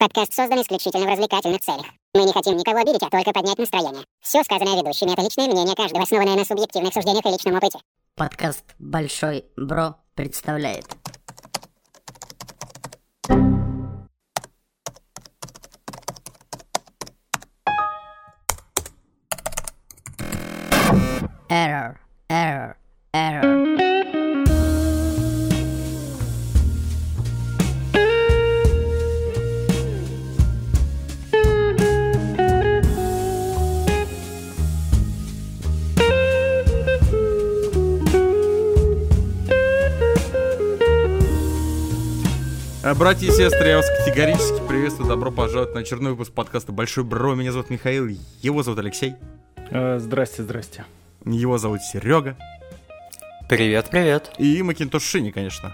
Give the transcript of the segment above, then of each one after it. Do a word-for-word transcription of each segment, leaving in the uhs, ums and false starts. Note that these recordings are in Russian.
Подкаст создан исключительно в развлекательных целях. Мы не хотим никого обидеть, а только поднять настроение. Все сказанное ведущими — это личное мнение каждого, основанное на субъективных суждениях и личном опыте. Подкаст «Большой Бро» представляет. Error, error, error. Братья и сестры, я вас категорически приветствую. Добро пожаловать на очередной выпуск подкаста «Большой Бро». Меня зовут Михаил, его зовут Алексей. Э, здрасте, здрасте. Его зовут Серега. Привет, привет. И Макинтош Шини, конечно.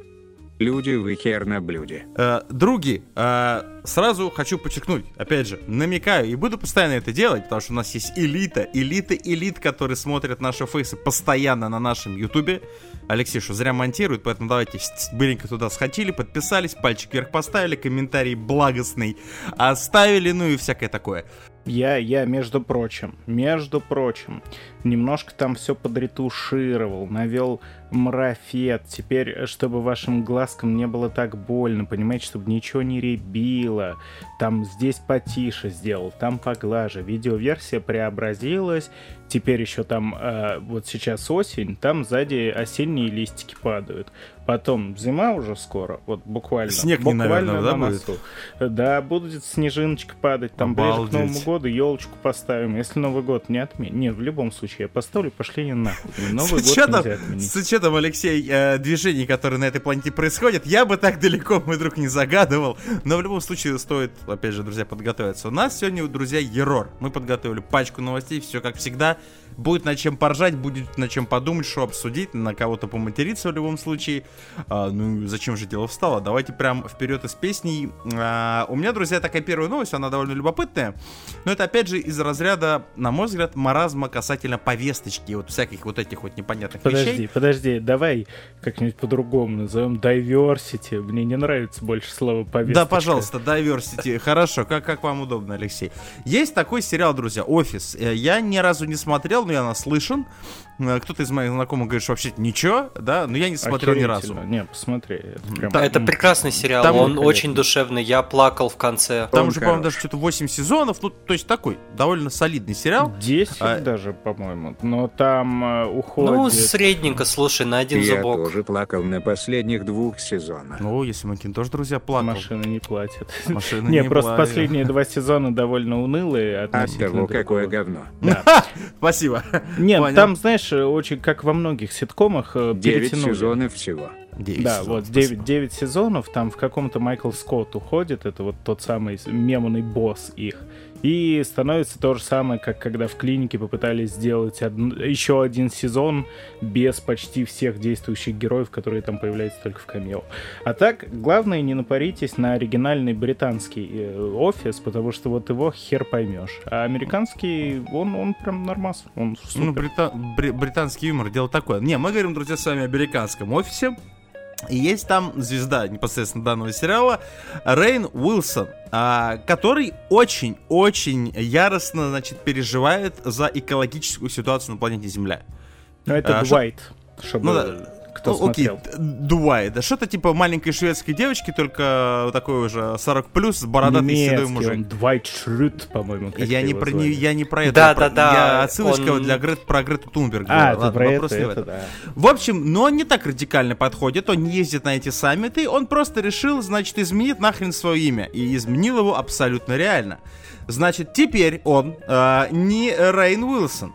Люди, вы хер на блюде. Э, други, э, сразу хочу подчеркнуть, опять же, намекаю, и буду постоянно это делать, потому что у нас есть элита, элита, элит, которые смотрят наши фейсы постоянно на нашем ютубе. Алексей, что зря монтирует, поэтому давайте быренько туда сходили, подписались, пальчик вверх поставили, комментарий благостный оставили, ну и всякое такое. Я, я, между прочим, между прочим, немножко там все подретушировал, навел марафет. Теперь, чтобы вашим глазкам не было так больно, понимаете, чтобы ничего не рябило. Там здесь потише сделал, там поглаже. Видеоверсия преобразилась. Теперь еще там, э, вот сейчас осень, там сзади осенние листики падают. Потом зима уже скоро, вот буквально. Снег, буквально наверное, да, будет? Да, будет снежиночка падать, там Обалдеть. ближе к Новому году елочку поставим. Если Новый год не отменим. Нет, в любом случае, я поставлю, пошли не нахуй. Новый С год учетом, нельзя отменить. с учетом, Алексей, э, движений, которые на этой планете происходят, я бы так далеко, мой друг, не загадывал. Но в любом случае стоит, опять же, друзья, подготовиться. У нас сегодня, друзья, ерор. Мы подготовили пачку новостей, все как всегда. Будет над чем поржать, будет над чем подумать, что обсудить, на кого-то поматериться в любом случае. А, ну, зачем же дело встало? Давайте прям вперед из песней. А, у меня, друзья, такая первая новость, она довольно любопытная. Но это, опять же, из разряда, на мой взгляд, маразма касательно повесточки, вот всяких вот этих вот непонятных Подожди, вещей. подожди, давай как-нибудь по-другому назовем. Diversity. Мне не нравится больше слово повесточка. Да, пожалуйста, diversity. Хорошо, как, как вам удобно, Алексей. Есть такой сериал, друзья, «Офис». Я ни разу не смотрел, но я наслышан. Кто-то из моих знакомых говорит, что вообще ничего, да, но я не смотрел ни разу. Не, посмотри. Это, прям... Да, это прекрасный сериал, там он конечно. очень душевный, я плакал в конце. Там Он уже, по-моему, хорош. даже что-то восемь сезонов, ну, то есть такой довольно солидный сериал. десять А- даже, по-моему. Но там э, уходит... Ну, средненько, слушай, на один Я зубок. тоже плакал на последних двух сезонах. Ну, если Макин тоже, друзья, плакал. Машины не платят. Машина Не, не просто платит. последние два сезона довольно унылые. От относительно того, какое другого. говно. Да. Спасибо. Нет, Понял. там, знаешь, очень, как во многих ситкомах, э, Девять перетянули. сезонов всего. Девять Да, сезонов, вот спасибо. девять сезонов, там в каком-то Майкл Скотт уходит, это вот тот самый мемный босс их. И становится то же самое, как когда в клинике попытались сделать од... еще один сезон без почти всех действующих героев, которые там появляются только в камео. А так, главное, не напаритесь на оригинальный британский э, офис, потому что вот его хер поймешь. А американский, он, он прям нормас, он супер. Ну, брита- бри- британский юмор, дело такое. Не, мы говорим, друзья, с вами о американском офисе. И есть там звезда непосредственно данного сериала Рейн Уилсон, а, который очень-очень яростно, значит, переживает за экологическую ситуацию на планете Земля. Ну, это а, Дуайт, чтобы Ну да. кто Ну, окей, смотрел. Дуайт. Да что-то типа маленькой шведской девочки, только такой уже сорок плюс, с бородатой седой Немецкий, мужик. он Двайт Шрют, по-моему, как Я не, его про, звали. не, я не про это. Да, я про- да, да, Я отсылочка он- для Грет, про Грету Тунберг. А, была. ты про вопрос это, не в это, этом. да. В общем, но он не так радикально подходит, он не ездит на эти саммиты, он просто решил, значит, изменить нахрен свое имя. И изменил его абсолютно реально. Значит, теперь он э, не Рейн Уилсон.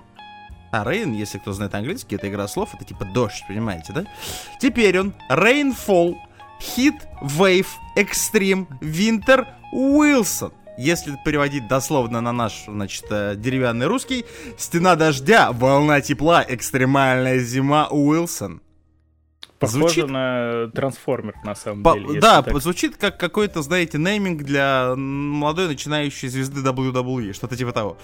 А Рейн, если кто знает английский, это игра слов, это типа дождь, понимаете, да? Теперь он Rainfall, Heat, Wave, Extreme, Winter, Wilson. Если переводить дословно на наш, значит, э, деревянный русский, стена дождя, волна тепла, экстремальная зима, Уилсон. Похоже Звучит... на трансформер, на самом По- деле. Да, так. звучит как какой-то, знаете, нейминг для молодой начинающей звезды дабл ю дабл ю и, что-то типа того.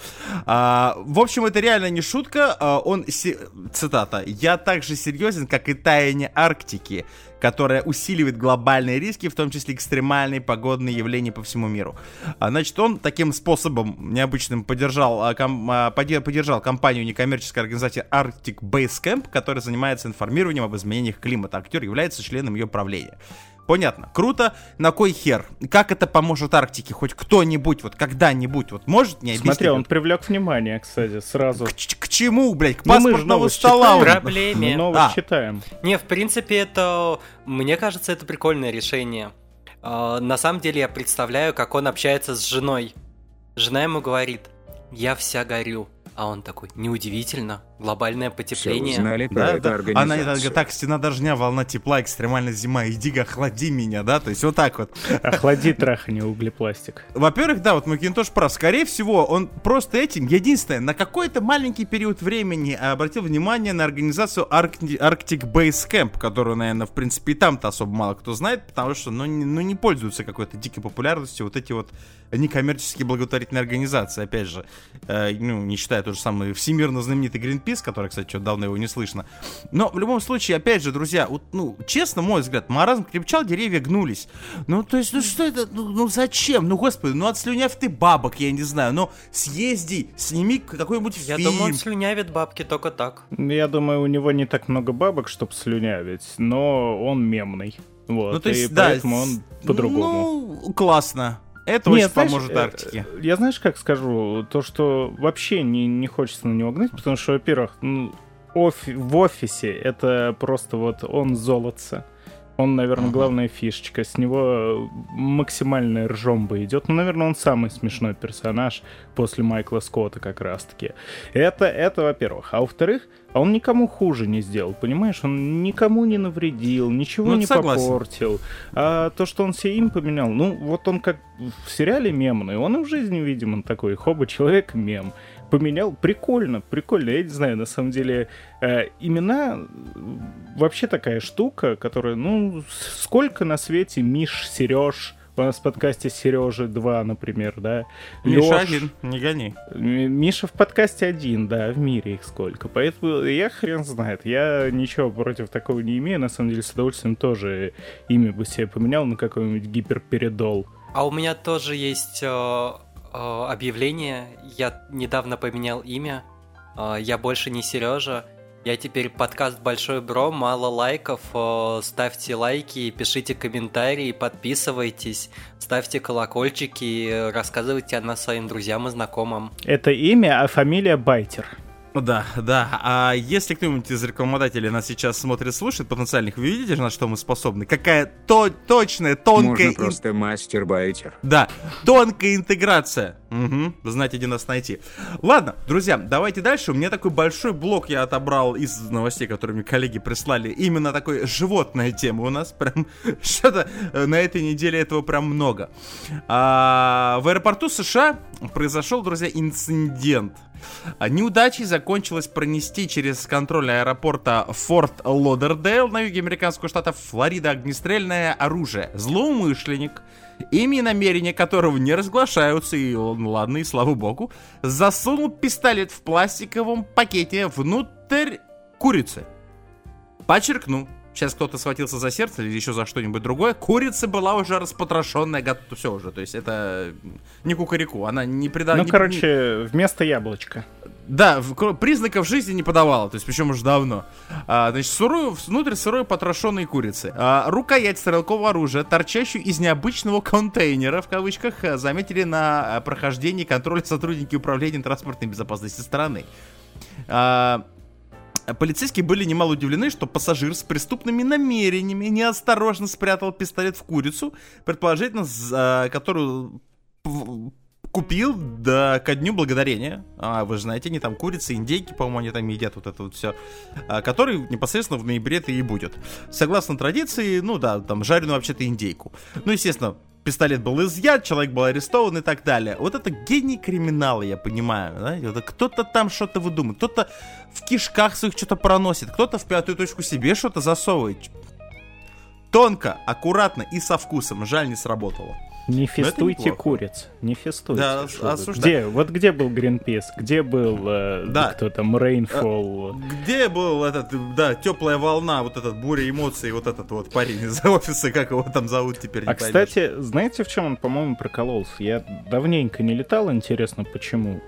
А, в общем, это реально не шутка. А, он, си... цитата, «Я так же серьезен, как и таяние Арктики, которая усиливает глобальные риски, в том числе экстремальные погодные явления по всему миру». А, значит, он таким способом необычным поддержал, а, ком, а, поддержал компанию некоммерческой организации Arctic Base Camp, которая занимается информированием об изменениях климата. Актер является членом ее правления. Понятно. Круто. На кой хер? Как это поможет Арктике? Хоть кто-нибудь, вот когда-нибудь, вот может мне объяснить? Смотри, он привлек внимание, кстати, сразу. К, к чему, блядь? К Ну, мы же паспортного новость стола? читаем. он- Проблеме. Мы новость А. читаем. Не, в принципе, это... Мне кажется, это прикольное решение. А, на самом деле, я представляю, как он общается с женой. Жена ему говорит: «Я вся горю». А он такой: «Неудивительно, глобальное Все потепление». узнали про Да, эту да. Она организацию. говорит, так, стена дождя, волна тепла, экстремальная зима, иди-ка охлади меня, да, то есть вот так вот. Охлади трахание углепластик. Во-первых, да, вот Макинтош прав, скорее всего, он просто этим, единственное, на какой-то маленький период времени обратил внимание на организацию Arctic, Arctic Base Camp, которую, наверное, в принципе, и там-то особо мало кто знает, потому что, ну, не, ну, не пользуются какой-то дикой популярностью вот эти вот некоммерческие благотворительные организации, опять же, э, ну, не считая тот же самый всемирно знаменитый Greenpeace, который, кстати, что-то давно его не слышно. Но в любом случае, опять же, друзья, вот, ну, честно, мой взгляд, маразм крепчал, деревья гнулись. Ну, то есть, ну что это, ну, ну зачем? Ну, господи, ну отслюнявь ты бабок, я не знаю, ну съезди, сними какой-нибудь Я фильм. думаю, он слюнявит бабки только так. Я думаю, у него не так много бабок, чтобы слюнявить, но он мемный. Вот, Ну, то есть, и да, поэтому он по-другому. Ну, классно. Это Нет, очень знаешь, поможет э, Арктике. Я знаешь, как скажу, то, что вообще не, не хочется на него гнать, потому что, во-первых, ну, офи- в офисе это просто вот он золотце. Он, наверное, Ага. главная фишечка. С него максимальная ржомба идет. Ну, наверное, он самый смешной персонаж после Майкла Скотта как раз-таки. Это, это во-первых. А во-вторых, он никому хуже не сделал, понимаешь? Он никому не навредил, ничего Ну, не согласен. попортил. А то, что он себе им поменял, ну, вот он как в сериале мемный, он и в жизни, видимо, такой, хоба, человек-мем. Поменял, прикольно, прикольно, я не знаю, на самом деле, э, имена вообще такая штука, которая, ну, сколько на свете Миш, Сереж, у нас в подкасте Сережи два, например, да, Миша Лёш. один, не гони. М- Миша в подкасте один, да, в мире их сколько. Поэтому я хрен знает. Я ничего против такого не имею. На самом деле, с удовольствием тоже имя бы себе поменял на какой-нибудь гиперперидол. А у меня тоже есть э, э, объявление. Я недавно поменял имя. Э, я больше не Сережа. Я теперь подкаст Большой Бро, мало лайков. Э, ставьте лайки, пишите комментарии, подписывайтесь, ставьте колокольчики, рассказывайте о нас своим друзьям и знакомым. Это имя, а фамилия Байтер. Да, да. А если кто-нибудь из рекламодателей нас сейчас смотрит, слушает, потенциальных, вы видите, на что мы способны? Какая то точная, тонкая... Можно просто мастер-байтер. Да, тонкая интеграция. Угу, вы знаете, где нас найти. Ладно, друзья, давайте дальше. У меня такой большой блок я отобрал из новостей, которые мне коллеги прислали. Именно такой животная тема у нас. Прям что-то на этой неделе этого прям много. А, в аэропорту США произошел, друзья, инцидент. Неудачей закончилось пронести через контроль аэропорта Форт Лодердейл на юге американского штата Флорида огнестрельное оружие. Злоумышленник, имя и намерения которого не разглашаются, и ладно, и слава богу, засунул пистолет в пластиковом пакете внутрь курицы. Подчеркну, сейчас кто-то схватился за сердце или еще за что-нибудь другое, курица была уже распотрошенная, готова, все уже, то есть это не кукареку, она не придала... Ну, не- короче, вместо яблочка. Да, в- кро- признаков жизни не подавала, то есть причем уже давно. А, значит, сырую, внутрь сырой потрошенной курицы. А, рукоять стрелкового оружия, торчащую из необычного контейнера, в кавычках, а, заметили на а, прохождении контроля сотрудники управления транспортной безопасности страны. А, полицейские были немало удивлены, что пассажир с преступными намерениями неосторожно спрятал пистолет в курицу, предположительно, за которую п- купил да, ко Дню Благодарения. А, вы же знаете, они там курицы, индейки, по-моему, они там едят вот это вот все. А, который непосредственно в ноябре-то и будет. Согласно традиции, ну да, там жареную вообще-то индейку. Ну, естественно, пистолет был изъят, человек был арестован и так далее. Вот это гений криминала, я понимаю. Знаете? Вот кто-то там что-то выдумает, кто-то в кишках своих что-то проносит, кто-то в пятую точку себе что-то засовывает. Тонко, аккуратно и со вкусом. Жаль, не сработало. Не фестуйте куриц, не фестуйте. Да, где, вот где был Greenpeace, где был э, да. кто там, Rainfall? Где был этот, да, теплая волна, вот этот буря эмоций, вот этот вот парень из офиса, как его там зовут теперь, не А, поймешь. Кстати, знаете, в чем он, по-моему, прокололся? Я давненько не летал, интересно, почему.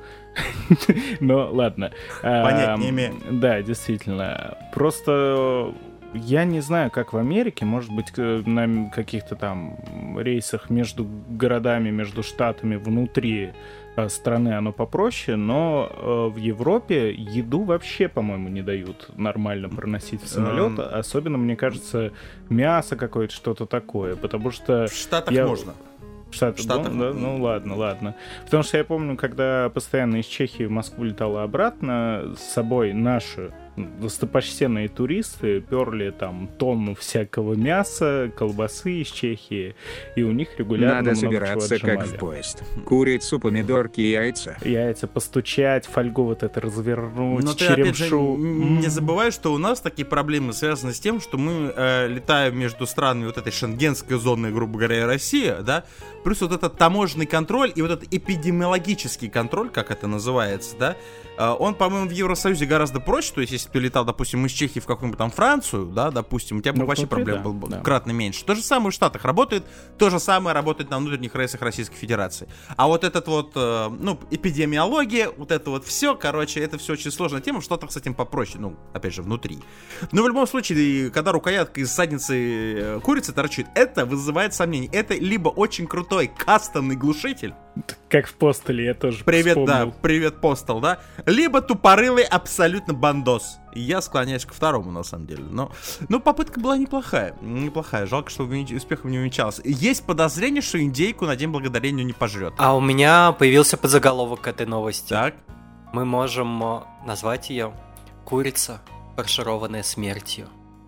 Но ладно. Понять не имею. Да, действительно. Просто... Я не знаю, как в Америке, может быть, на каких-то там рейсах между городами, между штатами внутри страны оно попроще, но в Европе еду вообще, по-моему, не дают нормально проносить в самолет. Um... Особенно, мне кажется, мясо какое-то, что-то такое, потому что... В Штатах я... можно. В Штатах, Штатах да? Ну ладно, ладно. Потому что я помню, когда постоянно из Чехии в Москву летала обратно, с собой наши достопочтенные туристы перли там тонну всякого мяса, колбасы из Чехии, и у них регулярно надо много собираться чего как в поезд. Курицу, помидорки, яйца. Яйца постучать, фольгу вот это развернуть, но черемшу. Ты, опять же, не забывай, что у нас такие проблемы связаны с тем, что мы э, летаем между странами вот этой шенгенской зоны, грубо говоря, Россия, да, плюс вот этот таможенный контроль и вот этот эпидемиологический контроль, как это называется, да, он, по-моему, в Евросоюзе гораздо проще. То есть, если бы ты летал, допустим, из Чехии в какую-нибудь там Францию, да, допустим, у тебя бы ну, вообще внутри, проблем да, было да. кратно меньше. То же самое в Штатах работает, то же самое работает на внутренних рейсах Российской Федерации. А вот этот вот, ну, эпидемиология, вот это вот все, короче, это все очень сложная тема. В Штатах с этим попроще, ну, опять же, внутри. Но в любом случае, когда рукоятка из задницы курицы торчит, это вызывает сомнения. Это либо очень крутой кастомный глушитель, как в Постеле, я тоже Привет, вспомнил. да, привет, Постел, да. Либо тупорылый абсолютно бандос. И я склоняюсь ко второму, на самом деле. Но, но попытка была неплохая. Неплохая. Жалко, что успехом не увенчалась. Есть подозрение, что индейку на День Благодарения не пожрет. А у меня появился подзаголовок к этой новости. Так. Мы можем назвать ее «Курица, фаршированная смертью».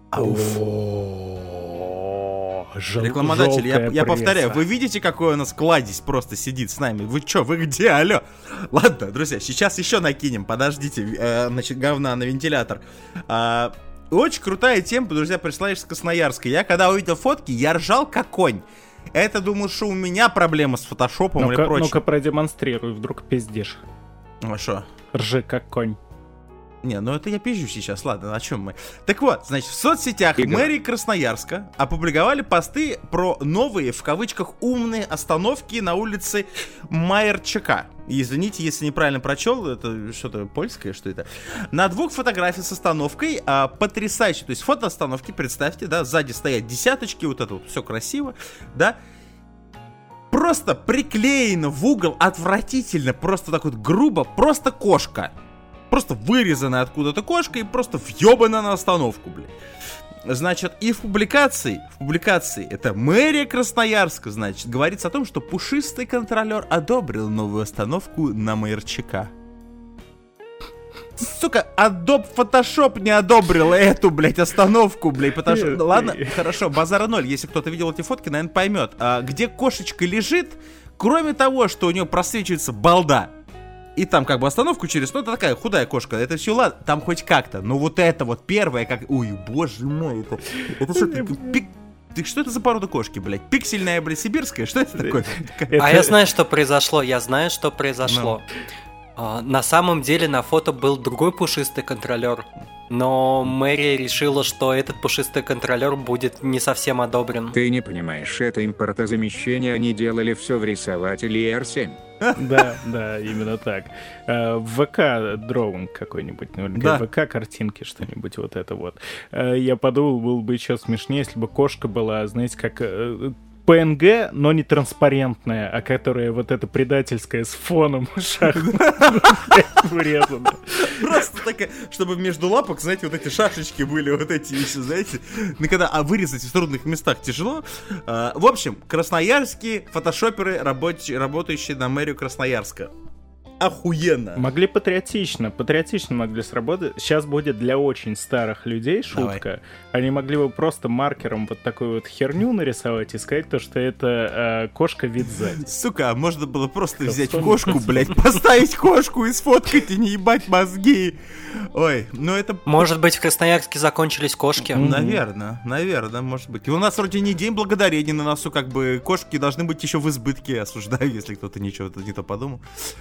Жел- Рекламодатель, я, я пресса. повторяю, вы видите, какой у нас кладезь просто сидит с нами? Вы чё, вы где, алло? Ладно, друзья, сейчас еще накинем, подождите, э, значит, говна на вентилятор. А, очень крутая тема, друзья, пришла из Красноярска. Я когда увидел фотки, я ржал как конь. Это думал, что у меня проблема с фотошопом ну-ка, или прочим. Ну-ка продемонстрируй, вдруг пиздишь. Ну что? Ржи как конь. Не, ну это я пизжу сейчас, ладно, о чем мы? Так вот, значит, в соцсетях Игорь. мэрии Красноярска опубликовали посты про новые, в кавычках, умные остановки на улице Майерчака. Извините, если неправильно прочел, это что-то польское, что это? На двух фотографиях с остановкой а, потрясающе, то есть фото остановки, представьте, да, сзади стоят десяточки, вот это вот, все красиво, да, просто приклеено в угол отвратительно, просто так вот грубо, просто кошка. Просто вырезанная откуда-то кошка и просто въебана на остановку, блин. Значит, и в публикации, в публикации, это мэрия Красноярска, значит, говорится о том, что пушистый контролер одобрил новую остановку на Майерчака. Сука, Adobe Photoshop не одобрил эту, блядь, остановку, блядь, потому что... Ну, ладно, хорошо, базара ноль, если кто-то видел эти фотки, наверное, поймет. А где кошечка лежит, кроме того, что у нее просвечивается балда, и там как бы остановку через... Ну, это такая худая кошка. Это все ладно. Там хоть как-то. Но вот это вот первое, как... Ой, боже мой, это... Это что, ты, пик... ты что это за порода кошки, блядь? Пиксельная, блядь, сибирская? Что это такое? А я знаю, что произошло. Я знаю, что произошло. А, на самом деле на фото был другой пушистый контролер. Но мэрия решила, что этот пушистый контролер будет не совсем одобрен. Ты не понимаешь, это импортозамещение, они делали все в рисователе и эр семь. Да, да, именно так. В ВК дроунг какой-нибудь, наверное, в ВК картинки что-нибудь вот это вот. Я подумал, было бы еще смешнее, если бы кошка была, знаете, как... пэ эн гэ, но не транспарентная, а которая вот эта предательская с фоном вырезана. Просто такая, чтобы между лапок, знаете, вот эти шашечки были, вот эти еще, знаете, ну когда а вырезать в трудных местах тяжело. А, в общем, красноярские фотошоперы, работающие на мэрию Красноярска. охуенно. Могли патриотично, патриотично могли сработать. Сейчас будет для очень старых людей шутка. Давай. Они могли бы просто маркером вот такую вот херню нарисовать и сказать то, что это э, кошка вид сзади. Сука, а можно было просто взять кошку, блядь, поставить кошку и сфоткать, и не ебать мозги. Ой, ну это... Может быть, в Красноярске закончились кошки? Наверное, наверное, может быть. И у нас вроде не день благодарения на носу, как бы кошки должны быть еще в избытке, осуждаю, если кто-то ничего не то подумал.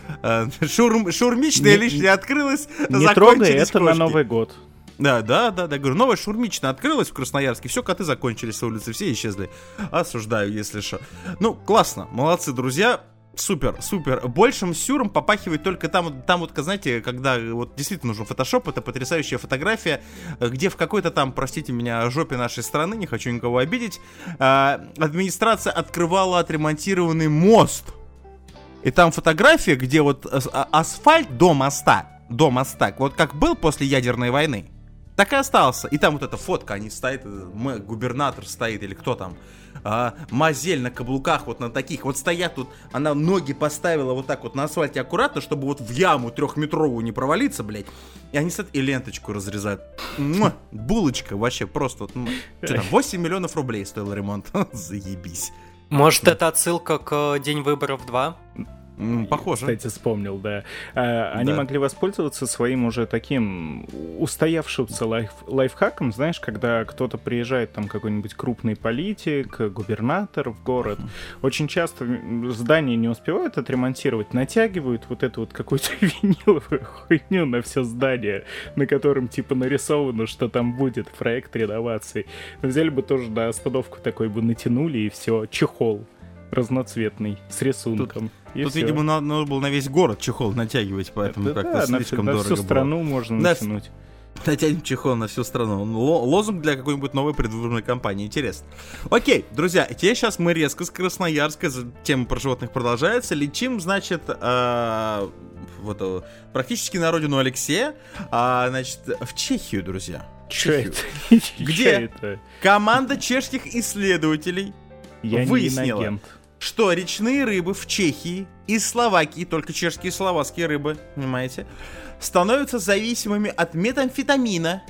Шурм, шурмичная лишняя открылась, Не трогай, это на Новый год. Да, да, да, да, говорю, новая шурмичная открылась в Красноярске, все, коты закончились с улицы, все исчезли. Осуждаю, если что. Ну, классно, молодцы, друзья. Супер, супер. Большим сюром попахивает только там, там вот, знаете, когда вот действительно нужен фотошоп, это потрясающая фотография, где в какой-то там, простите меня, жопе нашей страны, не хочу никого обидеть, администрация открывала отремонтированный мост. И там фотография, где вот асфальт до моста, до моста, вот как был после ядерной войны, так и остался. И там вот эта фотка, они стоят, губернатор стоит, или кто там, а, Мазель на каблуках, вот на таких, вот стоят тут, она ноги поставила вот так вот на асфальте аккуратно, чтобы вот в яму трехметровую не провалиться, блядь. И они стоят и ленточку разрезают. Муа, булочка вообще просто. Вот, что там, восемь миллионов рублей стоил ремонт. Заебись. Может, это отсылка к День выборов два? Mm, похоже. Кстати, вспомнил, да. А, они да. могли воспользоваться своим уже таким устоявшимся лайф, лайфхаком, знаешь, когда кто-то приезжает, там какой-нибудь крупный политик, губернатор в город, uh-huh. очень часто здание не успевают отремонтировать, натягивают вот эту вот какую-то виниловую хуйню на все здание, на котором типа нарисовано, что там будет проект реновации. Взяли бы тоже, да, остановку такой бы натянули, и все, чехол разноцветный, с рисунком. Тут, тут видимо, надо, надо было на весь город чехол натягивать, поэтому да, как-то да, слишком на, дорого на всю было. страну можно на, натянуть. Натянем чехол на всю страну. Л- лозунг для какой-нибудь новой предвыборной кампании. Интересно. Окей, друзья, теперь сейчас мы резко с Красноярска, тема про животных продолжается, летим, значит, э- вот, э- практически на родину Алексея, а, значит, в Чехию, друзья. Чё это? Где Чё это? команда чешских исследователей Я выяснила, не инагент. что речные рыбы в Чехии и Словакии, только чешские и словацкие рыбы, понимаете, становятся зависимыми от метамфетамина.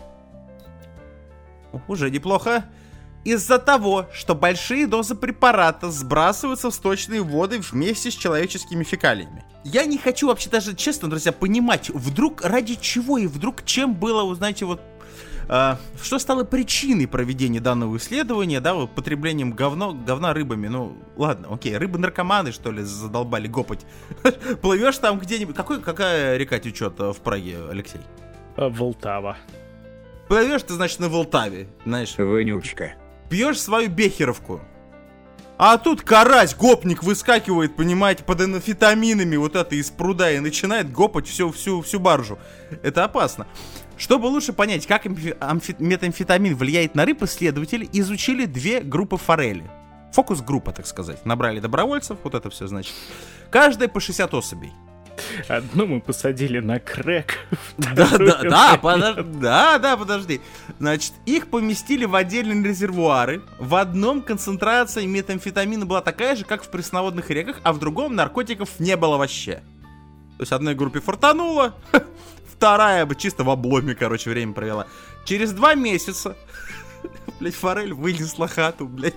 Уже неплохо. Из-за того, что большие дозы препарата сбрасываются в сточные воды вместе с человеческими фекалиями. Я не хочу вообще даже, честно, друзья, понимать, вдруг ради чего и вдруг чем было, вы знаете, вот Uh, что стало причиной проведения данного исследования, да, вот потреблением говно, говна рыбами, ну, ладно, окей, рыбы-наркоманы, что ли, задолбали гопать. Плывешь там где-нибудь, Какой, какая река течет в Праге, Алексей? Волтава. Плывешь ты, значит, на Волтаве, знаешь. Вонючка. Пьешь свою бехеровку. А тут карась, гопник, выскакивает, понимаете, под амфетаминами вот это из пруда и начинает гопать всю, всю, всю баржу. Это опасно. Чтобы лучше понять, как амфи- метамфетамин влияет на рыб, исследователи изучили две группы форели. Фокус-группа, так сказать. Набрали добровольцев, вот это все, значит. Каждая по шестьдесят особей. Одну мы посадили на крэк. Да, да, да, подожди, да, да, подожди. Значит, их поместили в отдельные резервуары. В одном концентрация метамфетамина была такая же, как в пресноводных реках, а в другом наркотиков не было вообще. То есть одной группе фартануло, вторая бы чисто в обломе, короче, время провела. Через два месяца, блять, форель вынесла хату, блять.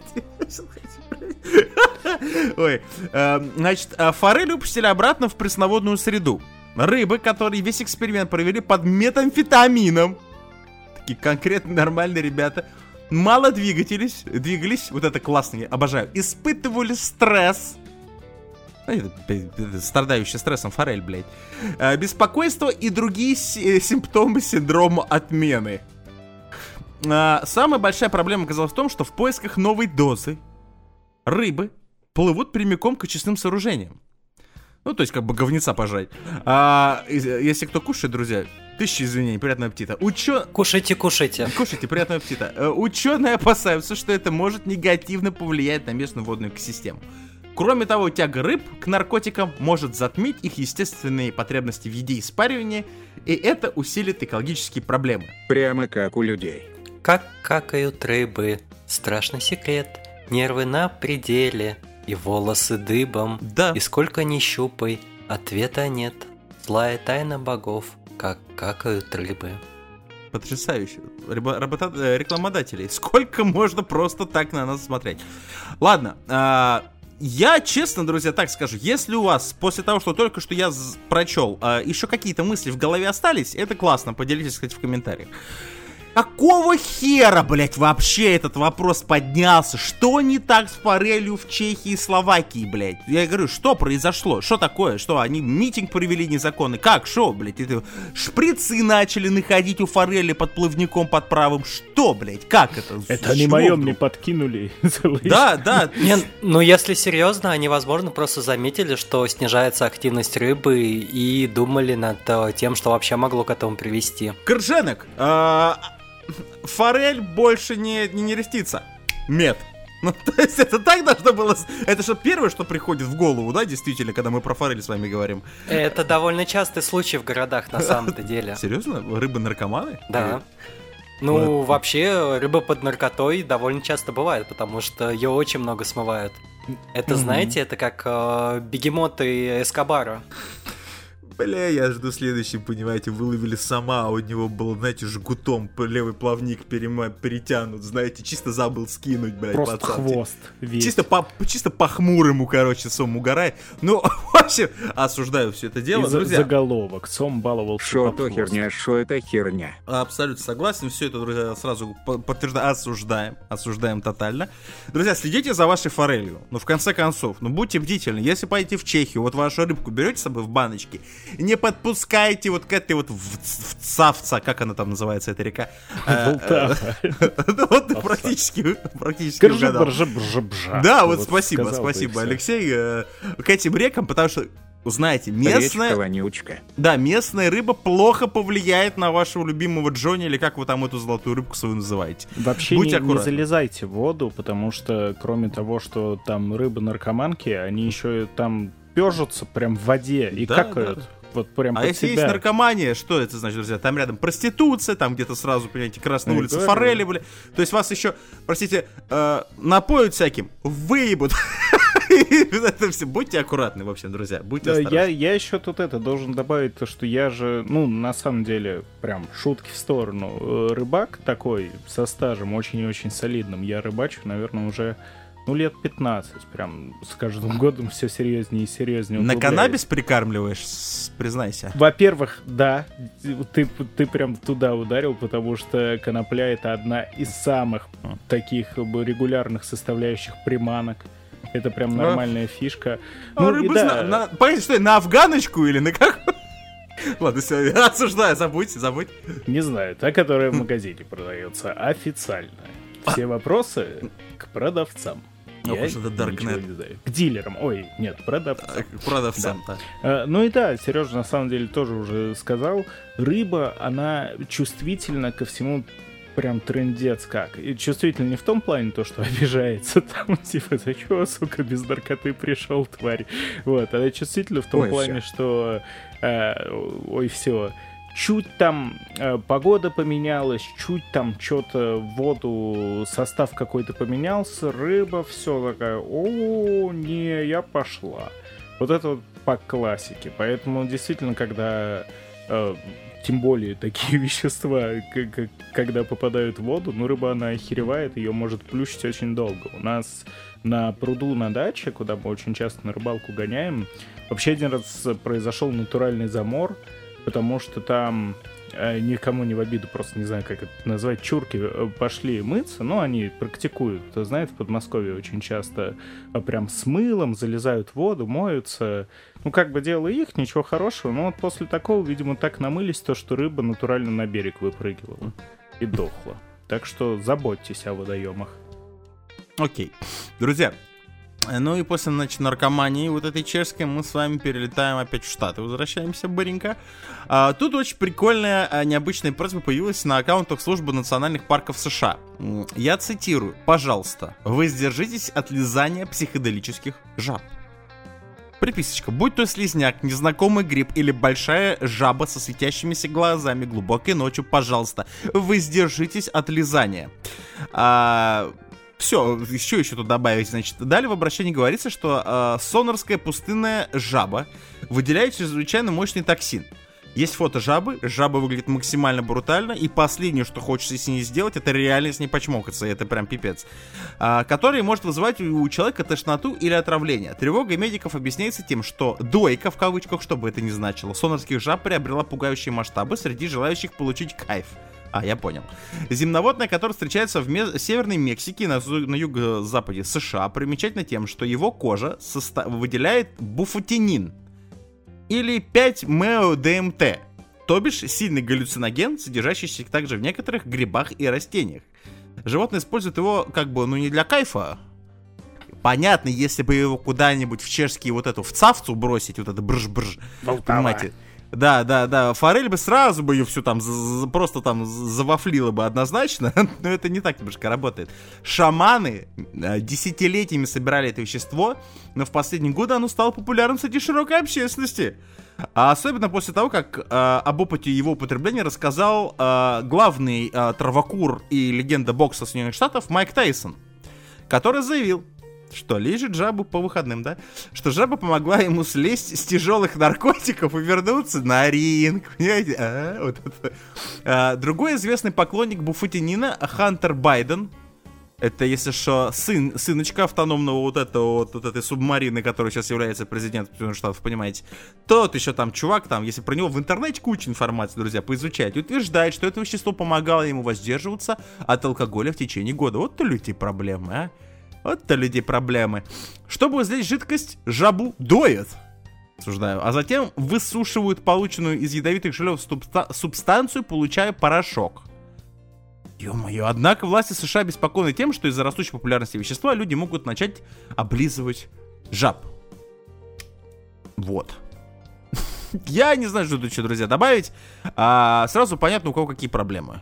Ой, э, значит, форель выпустили обратно в пресноводную среду. Рыбы, которые весь эксперимент провели под метамфетамином, такие конкретные нормальные ребята, мало двигались, двигались, вот это классно, я обожаю, испытывали стресс. Страдающий стрессом форель, блядь. Беспокойство и другие симптомы синдрома отмены. Самая большая проблема оказалась в том, что в поисках новой дозы рыбы плывут прямиком к очистным сооружениям. Ну, то есть, как бы говнеца пожрать. А, если кто кушает, друзья, тысячи извинений, приятного аппетита. Учё... Кушайте, кушайте. Кушайте, приятного аппетита. Ученые опасаются, что это может негативно повлиять на местную водную экосистему. Кроме того, тяга рыб к наркотикам может затмить их естественные потребности в еде и спаривании, и это усилит экологические проблемы. Прямо как у людей. Как какают рыбы, страшный секрет, нервы на пределе, и волосы дыбом, Да. и сколько ни щупай, ответа нет. Злая тайна богов, как какают рыбы. Потрясающе. Ребо- работа- э, рекламодателей. Сколько можно просто так на нас смотреть? Ладно. А- я, честно, друзья, так скажу. Если у вас после того, что только что я з- прочел, а, еще какие-то мысли в голове остались, это классно. Поделитесь, кстати, в комментариях. Какого хера, блять, вообще этот вопрос поднялся? Что не так с форелью в Чехии и Словакии, блять? Я говорю, что произошло? Что такое? Что, они митинг провели незаконный? Как? Что, блять? Это шприцы начали находить у форели под плавником под правым? Что, блять? Как это? Это они моем мне подкинули. Да, да. Не, ну если серьезно, они, возможно, просто заметили, что снижается активность рыбы и думали над э, тем, что вообще могло к этому привести. Крыженок, а, форель больше не, не нерестится. Мед. Ну, то есть это так должно было... Это же первое, что приходит в голову, да, действительно, когда мы про форель с вами говорим. Это довольно частый случай в городах, на самом-то деле. Серьезно? Рыбы-наркоманы? Да. Ну, вообще, рыба под наркотой довольно часто бывает, потому что ее очень много смывают. Это, знаете, это как э, бегемоты Эскобара. Бля, я жду следующий, понимаете, выловили сама, а у него был, знаете, жгутом левый плавник перема- перетянут, знаете, чисто забыл скинуть, блядь, просто пацан. хвост весь. Чисто по, чисто по хмурому, короче, Сом угорает. Ну, в общем, осуждаю все это дело, И за- друзья. заголовок. Сом баловался Шо под то хвост. херня, шо это херня. Абсолютно согласен, все это, друзья, сразу по- подтверждаю, осуждаем, осуждаем тотально. Друзья, следите за вашей форелью, ну, в конце концов, ну, будьте бдительны, если поедете в Чехию, вот вашу рыбку берете с собой в баночке, не подпускайте вот к этой вот в- в- Цавца, как она там называется, эта река? Волтава. Ну, вот ты практически, практически угадал. Гржа-бржа-бржа. Да, вот спасибо, сказал бы, и спасибо, всё. Алексей, э, к этим рекам, потому что, знаете, Речка местная... вонючка. Да, местная рыба плохо повлияет на вашего любимого Джонни, или как вы там эту золотую рыбку свою называете. Вообще Будьте не, не аккуратны. залезайте в воду, потому что кроме того, что там рыбы-наркоманки, они еще и там пёжутся прям в воде и Да, какают. да. Вот прям А под если себя. есть наркомания, что это значит, друзья? Там рядом проституция, там где-то сразу, понимаете, Красная Ну, улица, да, форели, бля. То есть вас еще, простите, э, напоют всяким, выебут. Это все. Будьте аккуратны, в общем, друзья, будьте Да, осторожны. я, я еще тут это должен добавить, то, что я же, ну, на самом деле, прям шутки в сторону, э, рыбак такой, со стажем очень и очень солидным. Я рыбачу, наверное, уже, ну, лет пятнадцать. Прям с каждым годом все серьезнее и серьезнее. На углубляюсь. каннабис прикармливаешь, с- признайся. Во-первых, да, ты, ты прям туда ударил, потому что конопля — это одна из самых таких как бы регулярных составляющих приманок. Это прям нормальная фишка. А Ну, рыбы и зна- да, на- Погодите, что, на афганочку или на как? Ладно, все, осуждаю, забудьте, забудь. не знаю, та, которая в магазине продается официально. Все вопросы к продавцам. Ох Я уж это ничего Darknet. не знаю. К дилерам. Ой, нет, продавцам. Продавцам-то. Э, Ну и да, Сережа на самом деле тоже уже сказал, рыба, она чувствительна ко всему прям трындец как. И чувствительна не в том плане, то, что обижается там, типа, ты чё, сука, без наркоты пришел, тварь. Вот, она чувствительна в том Ой, плане, всё. что, э, ой, все. Чуть там э, погода поменялась, чуть там что-то в воду, состав какой-то поменялся, рыба все такая, о, не, я пошла. Вот это вот по классике. Поэтому действительно, когда э, тем более такие вещества, к- к- когда попадают в воду, ну, рыба, она охеревает, ее может плющить очень долго. У нас на пруду на даче, куда мы очень часто на рыбалку гоняем, вообще один раз произошел натуральный замор, потому что там э, никому не в обиду, просто не знаю, как это назвать, чурки э, пошли мыться, но они практикуют, знаете, в Подмосковье очень часто э, прям с мылом залезают в воду, моются, ну, как бы дело их, ничего хорошего, но вот после такого, видимо, так намылись, то, что рыба натурально на берег выпрыгивала и дохла. Так что заботьтесь о водоемах. Окей. Друзья, ну и после, значит, наркомании вот этой чешской мы с вами перелетаем опять в Штаты, возвращаемся быренько. А, тут очень прикольная, а, необычная просьба появилась на аккаунтах службы национальных парков США. М, Я цитирую: «Пожалуйста, воздержитесь от лизания психоделических жаб». Приписочка. Будь то слизняк, незнакомый гриб или большая жаба со светящимися глазами глубокой ночью, пожалуйста, воздержитесь от лизания. А, Все, еще еще тут добавить, значит. Далее в обращении говорится, что э, сонорская пустынная жаба выделяет чрезвычайно мощный токсин. Есть фото жабы, жаба выглядит максимально брутально, и последнее, что хочется с ней сделать, это реально с ней почмокаться, это прям пипец. А, который может вызывать у человека тошноту или отравление. Тревога медиков объясняется тем, что дойка, в кавычках, что бы это ни значило, сонорских жаб приобрела пугающие масштабы среди желающих получить кайф. А, я понял. Земноводное, которое встречается в ме- Северной Мексике, на, на юго-западе США, примечательно тем, что его кожа соста- выделяет буфотинин. Или пять мео-ДМТ, то бишь сильный галлюциноген, содержащийся также в некоторых грибах и растениях. Животное использует его как бы, ну не для кайфа. Понятно, если бы его куда-нибудь в чешский вот эту в цавцу бросить, вот это брж-брж, понимаете? Да, да, да, форель бы сразу бы ее всю там за, просто там завафлила бы однозначно, но это не так немножко работает. Шаманы десятилетиями собирали это вещество, но в последние годы оно стало популярным среди широкой общественности. А особенно после того, как э, об опыте его употребления рассказал э, главный э, травокур и легенда бокса Соединенных Штатов Майк Тайсон, который заявил, что лежит жабу по выходным, да? Что жаба помогла ему слезть с тяжелых наркотиков и вернуться на ринг. Понимаете? А, вот это. А, другой известный поклонник буфотинина Хантер Байден. Это, если что, сын, сыночка автономного вот этого вот, вот этой субмарины, который сейчас является президентом Соединенных Штатов, понимаете? Тот еще там чувак, там, если про него в интернете куча информации, друзья, поизучать, утверждает, что это вещество помогало ему воздерживаться от алкоголя в течение года. Вот-то людей проблемы, а? Вот-то людей проблемы. Чтобы излить жидкость, жабу доят. Осуждаю. А затем высушивают полученную из ядовитых желез субста- субстанцию, получая порошок. Ё-моё. Однако власти США обеспокоены тем, что из-за растущей популярности вещества люди могут начать облизывать жаб. Вот. Я не знаю, что тут еще, друзья, добавить. А, сразу понятно, у кого какие проблемы.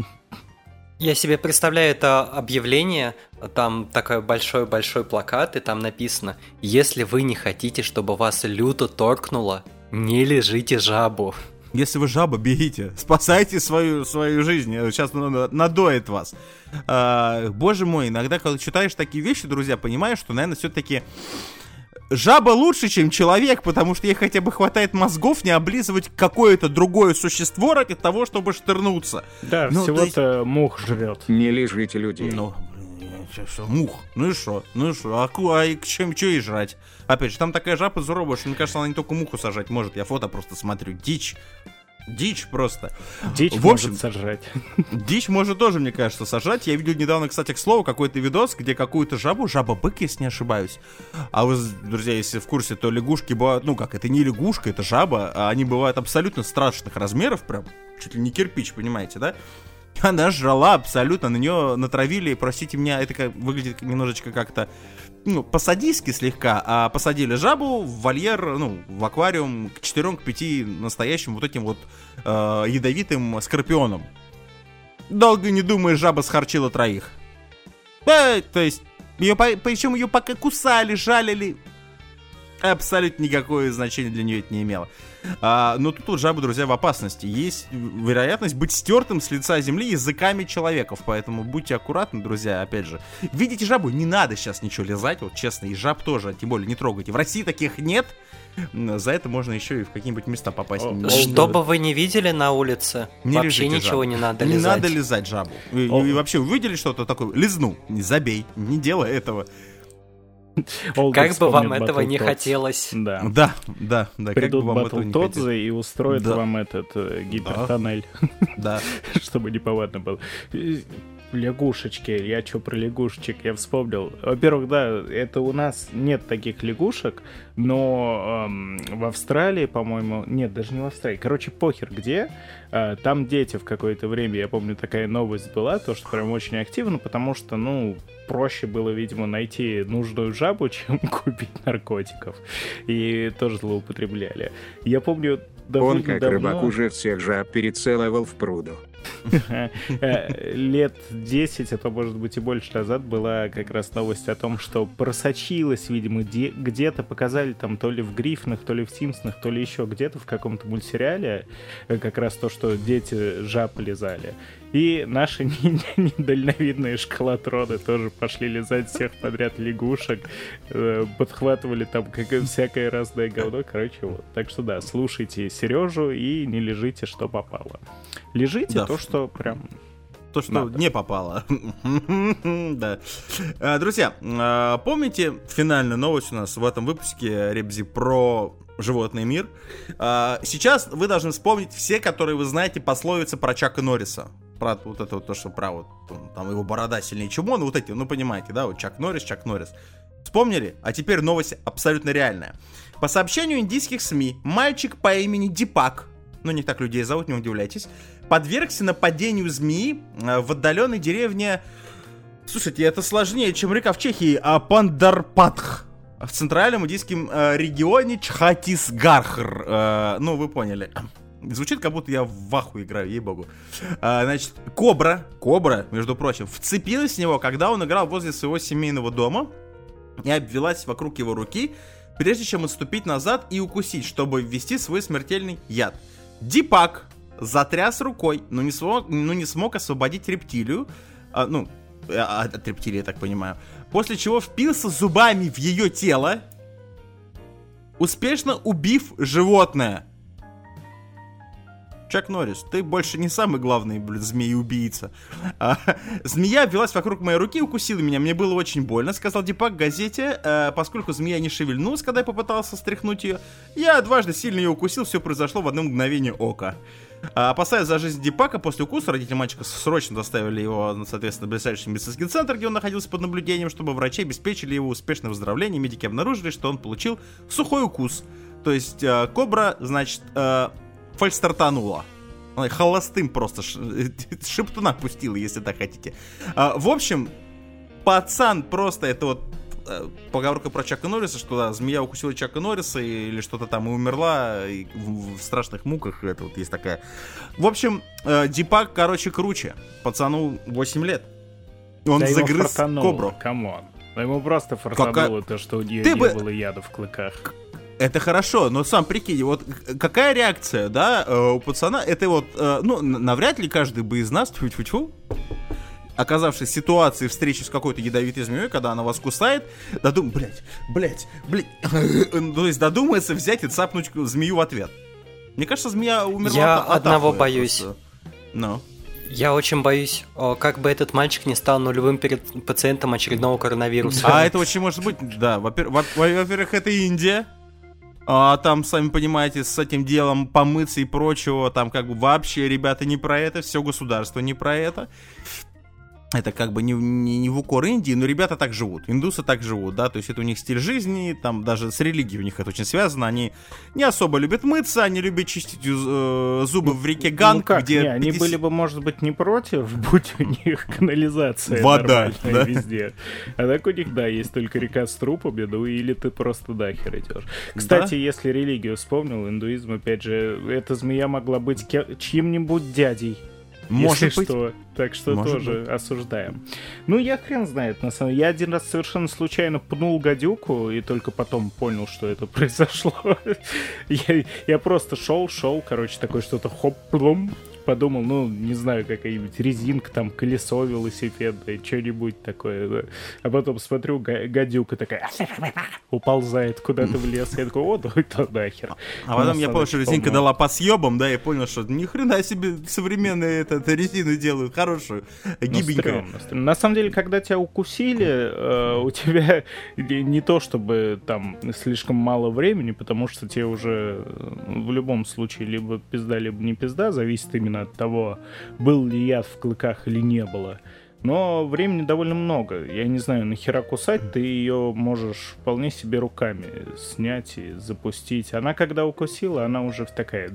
Я себе представляю это объявление, там такой большой-большой плакат, и там написано: если вы не хотите, чтобы вас люто торкнуло, не лежите жабу. Если вы жаба, бегите, спасайте свою, свою жизнь, сейчас надоет вас. А, боже мой, иногда, когда читаешь такие вещи, друзья, понимаешь, что, наверное, все-таки жаба лучше, чем человек, потому что ей хотя бы хватает мозгов не облизывать какое-то другое существо ради того, чтобы шторнуться. Да, ну, всего-то есть... мух жрет. Не лежите людей. Ну, что, мух, ну и что, ну и что, а, а к чем, что и жрать? Опять же, там такая жаба здоровая, что, мне кажется, она не только муху сажать может, я фото просто смотрю, дичь. Дичь просто. Дичь в общем, может сожрать. Дичь может тоже, мне кажется, сажать. Я видел недавно, кстати, к слову, какой-то видос, где какую-то жабу, жаба-бык, если не ошибаюсь. А вы, друзья, если в курсе, то лягушки бывают, ну как, это не лягушка, это жаба, а они бывают абсолютно страшных размеров, прям чуть ли не кирпич, понимаете, да? Она жрала абсолютно, на нее натравили, простите меня, это как, выглядит немножечко как-то, ну, по-садистски слегка, а посадили жабу в вольер, ну, в аквариум к четырем, к пяти настоящим вот этим вот э, ядовитым скорпионам. Долго не думая, жаба схарчила троих. Да, то есть, ее, причем ее пока кусали, жалили, абсолютно никакое значение для нее это не имело. А, но тут вот жабы, друзья, в опасности. Есть вероятность быть стертым с лица земли языками человеков. Поэтому будьте аккуратны, друзья, опять же. Видите жабу? Не надо сейчас ничего лизать. Вот честно, и жаб тоже, тем более, не трогайте. В России таких нет. За это можно еще и в какие-нибудь места попасть. О, что бы вы не видели на улице, не вообще ничего жабу. не надо не лизать. Не надо лизать жабу. И, и вообще, увидели что-то такое? Лизну. Не забей. Не делай этого. Как бы вам этого не хотелось. Да, да, да. да Придут Батлтодзы и устроят да. вам этот э, гипертоннель. Да. Чтобы неповадно было. Лягушечки, я что про лягушечек, я вспомнил. Во-первых, да, это у нас нет таких лягушек, но эм, в Австралии, по-моему, нет, даже не в Австралии, короче, похер где, э, там дети в какое-то время, я помню, такая новость была, то, что прям очень активно, потому что, ну, проще было, видимо, найти нужную жабу, чем купить наркотиков, и тоже злоупотребляли. Я помню, Он, как давно... рыбак, уже всех жаб перецеловал в пруду. Лет десять, а то, может быть, и больше назад была как раз новость о том, что просочилась, видимо, де- где-то, показали там то ли в Гриффинах, то ли в Симпсонах, то ли еще где-то в каком-то мультсериале как раз то, что дети жаб лизали. И наши недальновидные шкалатроны тоже пошли лизать всех подряд лягушек, подхватывали там как всякое разное говно, короче, вот. Так что да, слушайте Сережу и не лежите, что попало. Лежите да. то, что прям... То, что надо. Не попало. Да. Друзья, помните финальную новость у нас в этом выпуске Ребзи про животный мир? Сейчас вы должны вспомнить все, которые вы знаете пословицы про Чака Норриса. Про вот это вот то, что про вот там его борода сильнее, чем он, вот эти, ну понимаете, да, вот Чак Норрис, Чак Норрис. Вспомнили? А теперь новость абсолютно реальная. По сообщению индийских СМИ, мальчик по имени Дипак, ну не так людей зовут, не удивляйтесь, подвергся нападению змеи в отдаленной деревне... Слушайте, это сложнее, чем река в Чехии, а Пандарпатх. В центральном индийском э, регионе Чхатисгархр. Э, ну, вы поняли. Звучит, как будто я в аху играю, ей-богу. А, значит, кобра, кобра, между прочим, вцепилась в него, когда он играл возле своего семейного дома и обвелась вокруг его руки, прежде чем отступить назад и укусить, чтобы ввести свой смертельный яд. Дипак затряс рукой, но не смог, но не смог освободить рептилию, а, ну, от рептилии, я так понимаю, после чего впился зубами в ее тело, успешно убив животное. Чак Норрис, ты больше не самый главный, блин, змеи-убийца. А, змея обвелась вокруг моей руки и укусила меня. Мне было очень больно, сказал Дипак в газете. А, поскольку змея не шевельнулась, когда я попытался стряхнуть ее, я дважды сильно ее укусил, все произошло в одно мгновение ока. А, опасаясь за жизнь Дипака, после укуса родители мальчика срочно доставили его, соответственно, в ближайший медицинский центр, где он находился под наблюдением, чтобы врачи обеспечили его успешное выздоровление. Медики обнаружили, что он получил сухой укус. То есть а, кобра, значит... А, фальстартанула. Холостым просто шептуна пустила, если так хотите. А, в общем, пацан просто, это вот э, поговорка про Чака Норриса, что да, змея укусила Чака Норриса или что-то там и умерла и в, в страшных муках. Это вот есть такая. В общем, э, Дипак, короче, круче. Пацану восемь лет. Он да загрыз кобру. Камон. Ему просто фартануло то, что у нее Ты не бы... было яда в клыках. Это хорошо, но сам прикинь, вот какая реакция, да, у пацана, это вот, ну, навряд ли каждый бы из нас, тьфу-тьфу-тьфу, оказавшись в ситуации встречи с какой-то ядовитой змеей, когда она вас кусает, додум... блять, блять, блять, то есть додумается взять и цапнуть змею в ответ. Мне кажется, змея умерла. Я от одного боюсь. Ну. Я очень боюсь, как бы этот мальчик не стал нулевым перед пациентом очередного коронавируса. А это очень может быть, да, во-первых, это Индия. А там, сами понимаете, с этим делом помыться и прочего, там как бы вообще, ребята, не про это, все государство не про это. Это как бы не, не, не в укор Индии, но ребята так живут, индусы так живут, да, то есть это у них стиль жизни, там даже с религией у них это очень связано, они не особо любят мыться, они любят чистить э, зубы в реке Ганг, ну как? Где... Не, они были бы, может быть, не против, будь у них канализация вода, нормальная да? Везде. А так у них, да, есть только река с трупами, ну или ты просто нахер идешь. Кстати, да? Если религию вспомнил, индуизм, опять же, эта змея могла быть чьим-нибудь дядей. Может Если быть. Что. Так что Может тоже быть. Осуждаем. Ну, я хрен знает, на самом деле. Я один раз совершенно случайно пнул гадюку, и только потом понял, что это произошло. я, я просто шел, шел, короче, такое что-то хоп-плум. Подумал, ну, не знаю, какая-нибудь резинка, там, колесо велосипедное, что-нибудь такое. Да. А потом смотрю, гадюка такая уползает куда-то в лес. Я такой, о, да это нахер. А потом я понял, что резинка дала по съебам, да, и понял, что ни хрена себе современные это, это резину делают, хорошую, гибенькую. Ну, на самом деле, когда тебя укусили, э, у тебя не то, чтобы там слишком мало времени, потому что тебе уже в любом случае либо пизда, либо не пизда, зависит именно от того, был ли яд в клыках или не было. Но времени довольно много. Я не знаю, нахера кусать, ты ее можешь вполне себе руками снять и запустить. Она когда укусила, она уже такая...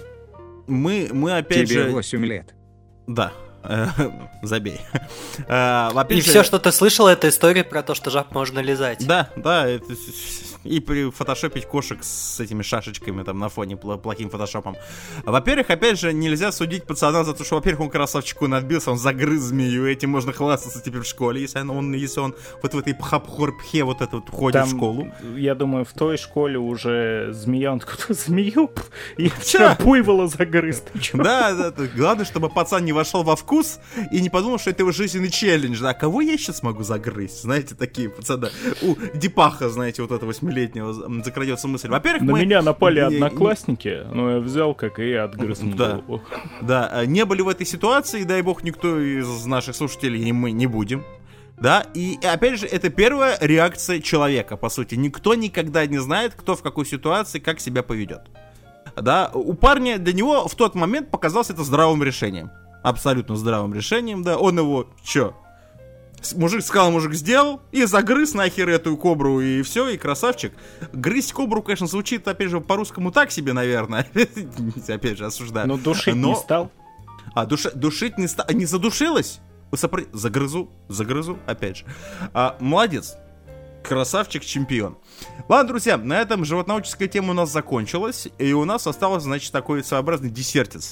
Мы, мы опять Тебе же... восемь лет. Да. Забей. А, и же... все, что ты слышал, это история про то, что жаб можно лизать. Да, да, это и прифотошопить кошек с этими шашечками там на фоне пл- плохим фотошопом. Во-первых, опять же, нельзя судить пацана за то, что, во-первых, он красавчику надбился, он загрыз змею, этим можно хвастаться теперь в школе, если он, если он вот в этой пхапхорпхе вот это вот ходит Там, в школу. Я думаю, в той школе уже змея, он такой, змею? Я вчера буйвола загрыз, ты чё? Да, да, да, главное, чтобы пацан не вошел во вкус и не подумал, что это его жизненный челлендж, да, кого я сейчас могу загрызть, знаете, такие пацаны. У Дипаха, знаете, вот этого восьмилетнего закрадется мысль. Во-первых, На мы... меня напали не- одноклассники, но я взял, как и отгрызнул Да. голову. Да, не были в этой ситуации, дай бог, никто из наших слушателей, и мы не будем. Да, и опять же, это первая реакция человека, по сути. Никто никогда не знает, кто в какой ситуации, как себя поведет. Да, у парня, для него в тот момент показалось это здравым решением. Абсолютно здравым решением, да. Он его, чё? С- Мужик сказал, мужик сделал, и загрыз нахер эту кобру, и все, и красавчик. Грызть кобру, конечно, звучит, опять же, по-русскому так себе, наверное. Опять же, осуждаю. Но душить Но- не стал. А, душа- душить не стал. Не задушилась? Сопро- Загрызу, загрызу, опять же. А, молодец. Красавчик, чемпион. Ладно, друзья, на этом животноводческая тема у нас закончилась. И у нас осталось, значит, такой своеобразный десертец.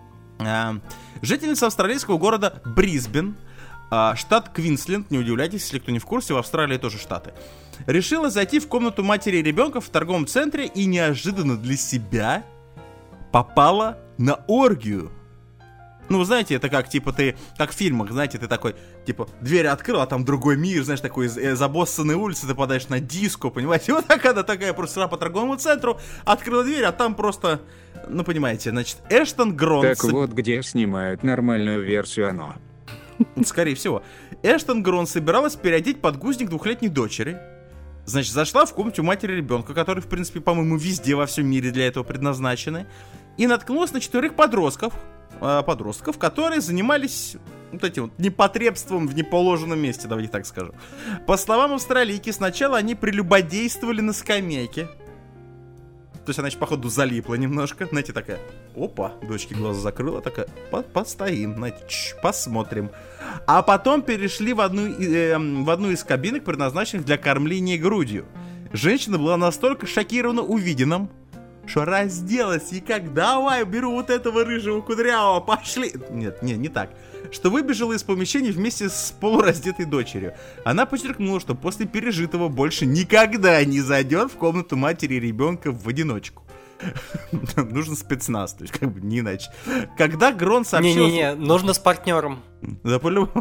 А, жительница австралийского города Брисбен, а, штат Квинсленд, не удивляйтесь, если кто не в курсе, в Австралии тоже штаты, решила зайти в комнату матери и ребенка в торговом центре и неожиданно для себя попала на оргию. Ну, вы знаете, это как, типа, ты, как в фильмах, знаете, ты такой, типа, дверь открыл, а там другой мир, знаешь, такой, из э, забоссанной улицы, ты попадаешь на диско, понимаете? Вот так она такая просто шла по торговому центру, открыла дверь, а там просто, ну, понимаете, значит, Эштон Гронс... Так вот, где снимают нормальную версию оно. Скорее всего. Эштон Грон собиралась переодеть подгузник двухлетней дочери. Значит, зашла в комнату матери ребенка, который, в принципе, по-моему, везде во всем мире для этого предназначены, и наткнулась на четверых подростков, э, подростков, которые занимались вот этим вот непотребством в неположенном месте, давайте так скажем. По словам австралийки, сначала они прелюбодействовали на скамейке. То есть она еще, походу, залипла немножко. Знаете, такая, опа, дочке глаза закрыла, такая, «По- постоим, знаете, чш, посмотрим. А потом перешли в одну, и- э, в одну из кабинок, предназначенных для кормления грудью. Женщина была настолько шокирована увиденным, что разделась и как, давай, беру вот этого рыжего кудрявого, пошли. Нет, не, не так. Что выбежала из помещения вместе с полураздетой дочерью. Она подчеркнула, что после пережитого больше никогда не зайдет в комнату матери и ребенка в одиночку. Нужен спецназ, то есть как бы не иначе. Когда Грон сообщил... Не-не-не, нужно с партнером. Да, по-любому.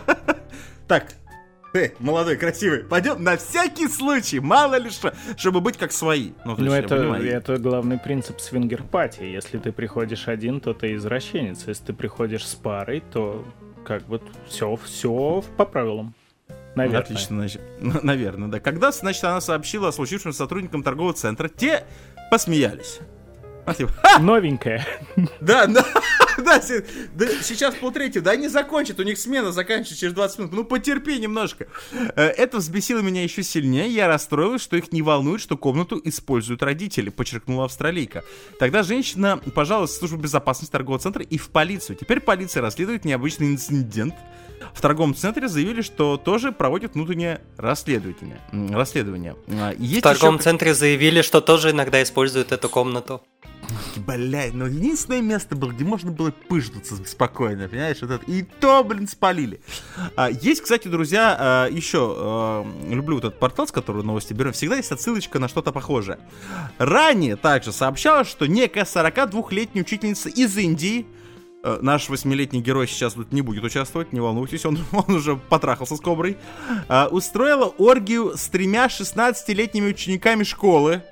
Так, ты, молодой, красивый, пойдем на всякий случай, мало ли что, чтобы быть как свои. Ну, то Ну, есть, я это, понимаю. это главный принцип свингер-пати. Если ты приходишь один, то ты извращенец. Если ты приходишь с парой, то как бы все, все по правилам. Наверное. Отлично, значит, ну, наверное, да. Когда, значит, она сообщила о случившемся сотрудникам торгового центра, те посмеялись. А, типа, «Ха! Новенькая. Да, да, да, се- да, сейчас полтретьего, да они закончат, у них смена заканчивается через двадцать минут, ну потерпи немножко. Э, Это взбесило меня еще сильнее, я расстроилась, что их не волнует, что комнату используют родители, подчеркнула австралийка. Тогда женщина пожаловалась в службу безопасности торгового центра и в полицию. Теперь полиция расследует необычный инцидент. В торговом центре заявили, что тоже проводят внутреннее расследование. м, расследование. А, В есть торговом еще... центре заявили, что тоже иногда используют эту комнату. Блядь, ну единственное место было, где можно было пыждаться спокойно, понимаешь? Вот это. И то, блин, спалили. А, есть, кстати, друзья, а, еще а, люблю вот этот портал, с которого новости берем. Всегда есть отсылочка на что-то похожее. Ранее также сообщалось, что некая сорокадвухлетняя учительница из Индии, а, наш восьмилетний герой сейчас тут не будет участвовать, не волнуйтесь, он, он уже потрахался с коброй, а, устроила оргию с тремя шестнадцатилетними учениками школы.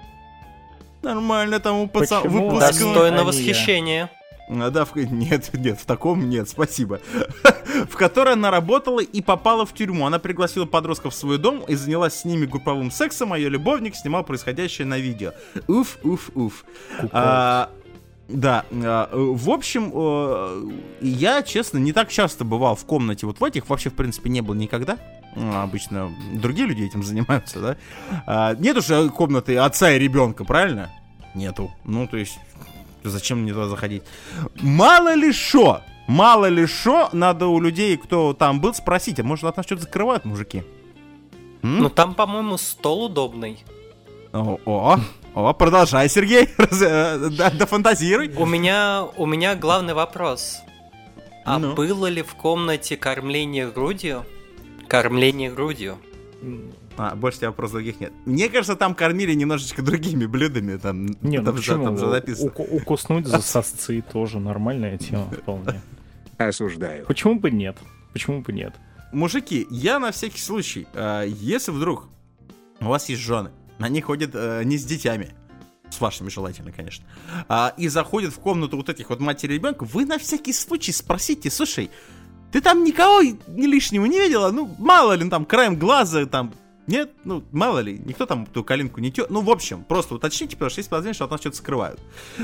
Нормально там у пацана Почему выпускной. Достойно они- восхищения. А, да, в- нет, нет, в таком нет, спасибо. В которой она работала и попала в тюрьму. Она пригласила подростков в свой дом и занялась с ними групповым сексом, а ее любовник снимал происходящее на видео. Уф, уф, уф. А, да, а, в общем, э, я, честно, не так часто бывал в комнате вот в этих, вообще, в принципе, не был никогда. Ну, обычно другие люди этим занимаются, да? А, нет уже комнаты отца и ребенка, правильно? Нету. Ну, то есть, зачем мне туда заходить? Мало ли шо, мало ли шо, надо у людей, кто там был, спросить, а может от нас что-то закрывают, мужики? М? Ну там, по-моему, стол удобный. О, о, о, продолжай, Сергей, дофантазируй. У меня, у меня главный вопрос. А Ну. было ли в комнате кормление грудью? Кормление грудью. А, больше тебя вопросов других нет. Мне кажется, там кормили немножечко другими блюдами. Там, Не, ну там, же, почему? там же написано. Уку- укуснуть за сосцы тоже нормальная тема вполне. Осуждаю. Почему бы нет? Почему бы нет? Мужики, я на всякий случай, э, если вдруг у вас есть жены, они ходят э, не с детьми, с вашими желательно, конечно, а, и заходят в комнату вот этих вот матери ребенка, вы на всякий случай спросите: слушай, ты там никого не лишнего не видела? Ну, мало ли, там, краем глаза, там, нет, ну, мало ли, никто там ту калинку не тё... Ну, в общем, просто уточните, потому что есть подозрение, что от нас что-то скрывают.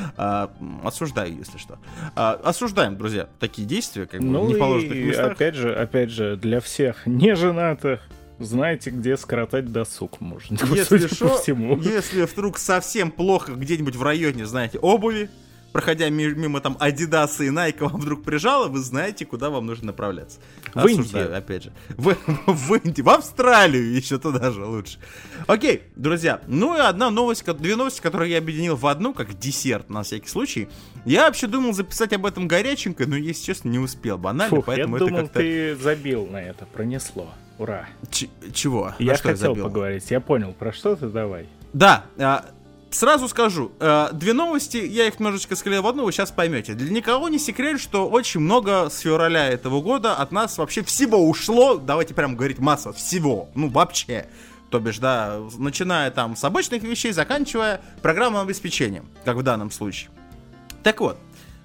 А, осуждаю, если что. А, осуждаем, друзья, такие действия, как бы, Ну в неположенных и местах. опять же, опять же, для всех неженатых, знаете, где скоротать досуг можно. Если судя что, по всему. если вдруг совсем плохо где-нибудь в районе, знаете, обуви, проходя ми- мимо там Адидаса и Найка, вам вдруг прижало, вы знаете, куда вам нужно направляться. В Осуждаю, Индию. опять же. В, в Индию, в Австралию еще туда же лучше. Окей, друзья, ну и одна новость, ко- две новости, которые я объединил в одну, как десерт на всякий случай. Я вообще думал записать об этом горяченько, но, если честно, не успел. Банально, Фух, я поэтому думал, это как-то... ты забил на это, пронесло. Ура. Ч- чего? На Я что хотел забил? поговорить, я понял, про что ты, давай. Да, а, сразу скажу, а, две новости, я их немножечко склеил в одну, вы сейчас поймете. Для никого не секрет, что очень много с февраля этого года от нас вообще всего ушло, давайте прям говорить масса, всего, ну вообще. То бишь, да, начиная там с обычных вещей, заканчивая программным обеспечением, как в данном случае. Так вот,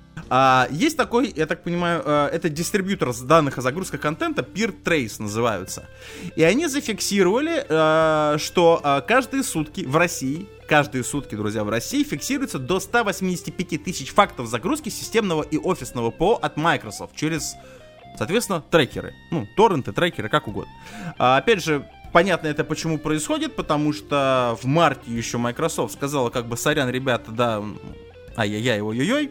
а, есть такой, я так понимаю, а, это дистрибьютор данных о загрузках контента, PeerTrace называются. И они зафиксировали, а, что а, каждые сутки в России, каждые сутки, друзья, в России фиксируется до ста восьмидесяти пяти тысяч фактов загрузки системного и офисного ПО от Microsoft через, соответственно, трекеры. Ну, торренты, трекеры, как угодно. А, опять же, понятно это почему происходит, потому что в марте еще Microsoft сказала, как бы, сорян, ребята, да, ай-яй-яй, ой-ой-ой,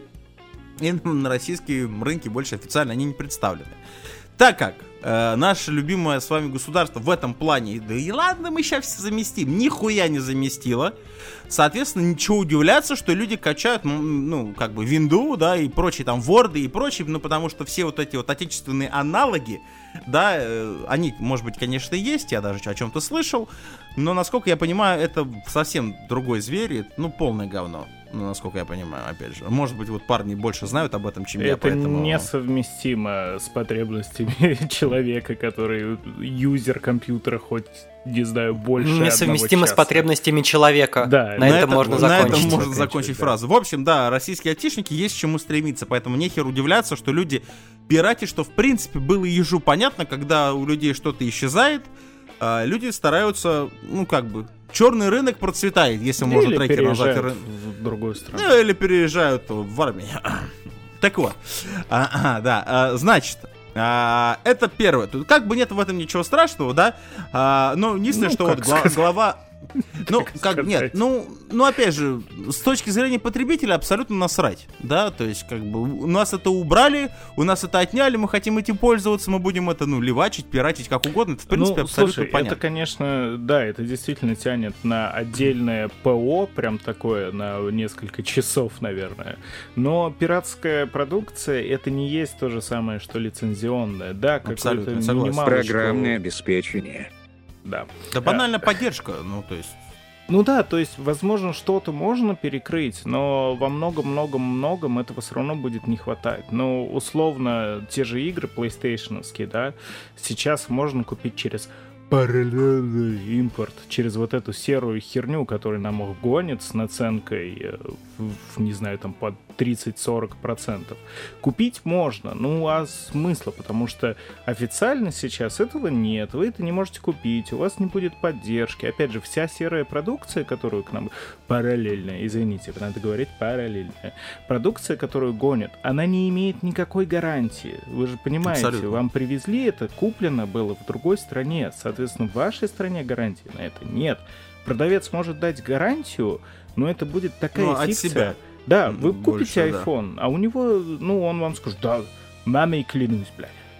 и на российском рынке больше официально они не представлены. Так как э, наше любимое с вами государство в этом плане, да и ладно, мы сейчас все заместим, нихуя не заместило, соответственно, ничего удивляться, что люди качают, ну, как бы, винду, да, и прочие там, ворды и прочие, ну, потому что все вот эти вот отечественные аналоги, да, э, они, может быть, конечно, есть, я даже о чем-то слышал, но, насколько я понимаю, это совсем другой зверь, и, ну, полное говно. Ну, насколько я понимаю, опять же. Может быть, вот парни больше знают об этом, чем я, Это поэтому... несовместимо с потребностями человека, который юзер компьютера хоть, не знаю, больше одного Несовместимо с часа. потребностями человека. Да, на, На этом можно на закончить. этом можно Закончить, закончить да. фразу. В общем, да, российские айтишники есть к чему стремиться, поэтому нехер удивляться, что люди пиратят, что в принципе было ежу понятно, когда у людей что-то исчезает, а люди стараются, ну как бы, черный рынок процветает, если можно Или трекер назвать переезжают рын- в другую страну. Ну, или переезжают в армию. Так вот, а, а, да, а, значит, а, это первое. Тут как бы нет в этом ничего страшного, да, а, но единственное, Ну, что вот как гла- сказать. глава... Ну, Так как, сказать. нет, ну, ну, опять же, с точки зрения потребителя абсолютно насрать, да, то есть, как бы, у нас это убрали, у нас это отняли, мы хотим этим пользоваться, мы будем это, ну, левачить, пиратить, как угодно, это, в принципе, ну, абсолютно слушай, понятно. это, конечно, да, это действительно тянет на отдельное ПО, прям такое, на несколько часов, наверное. Но пиратская продукция, это не есть то же самое, что лицензионная. Да, Абсолютно, какую-то согласен. минималочку- Программное обеспечение. Да. Да банальная поддержка, ну, то есть... Ну да, то есть, возможно, что-то можно перекрыть, но во многом-многом-многом этого все равно будет не хватать. Ну, условно, те же игры PlayStation-овские, да, сейчас можно купить через параллельный импорт, через вот эту серую херню, которую нам их гонит с наценкой, э, в, в, не знаю, там, под тридцать-сорок процентов. Купить можно, ну а смысла, потому что официально сейчас этого нет, вы это не можете купить, у вас не будет поддержки. Опять же, вся серая продукция, которую к нам параллельная, извините, надо говорить параллельная, продукция, которую гонят, она не имеет никакой гарантии. Вы же понимаете, Абсолютно. вам привезли это, куплено было в другой стране, соответственно, в вашей стране гарантии на это нет. Продавец может дать гарантию, но это будет такая Ну, от фикция. себя. Да, вы Больше, купите да. iPhone, а у него, ну, он вам скажет, да, мамой клянусь, блядь,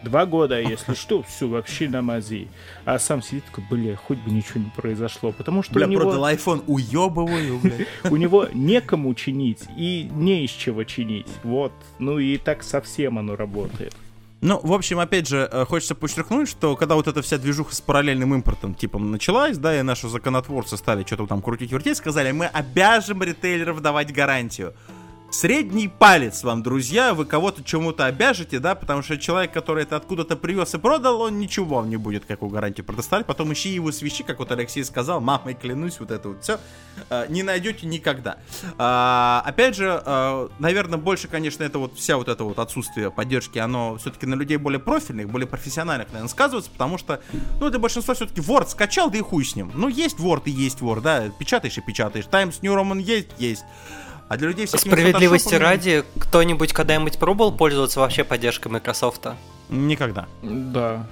Два года, если что, все, вообще на мази. А сам сидит такой, бля, хоть бы ничего не произошло, потому что Бля, у него... продал айфон, уебываю, бля. У него некому чинить и не из чего чинить. Вот. Ну и так совсем оно работает. Ну, в общем, опять же, хочется подчеркнуть, что когда вот эта вся движуха с параллельным импортом типом началась, да, и наши законотворцы стали что-то там крутить-вертеть, сказали, мы обяжем ритейлеров давать гарантию. Средний палец вам, друзья, вы кого-то чему-то обяжете, да, потому что человек, который это откуда-то привез и продал, он ничего вам не будет какую гарантию предоставить, потом ищи его свищи, как вот Алексей сказал, мамой клянусь, вот это вот все, э, не найдете никогда. А, опять же, э, наверное, больше, конечно, это вот вся вот это вот отсутствие поддержки, оно все-таки на людей более профильных, более профессиональных, наверное, сказывается, потому что, ну, это большинство все-таки Word скачал, да и хуй с ним. Ну, есть Word и есть Word, да, печатаешь и печатаешь, Times New Roman есть, есть. А для людей всякими Справедливости фотошопами... ради, кто-нибудь когда-нибудь пробовал пользоваться вообще поддержкой Microsoft? Никогда. Да.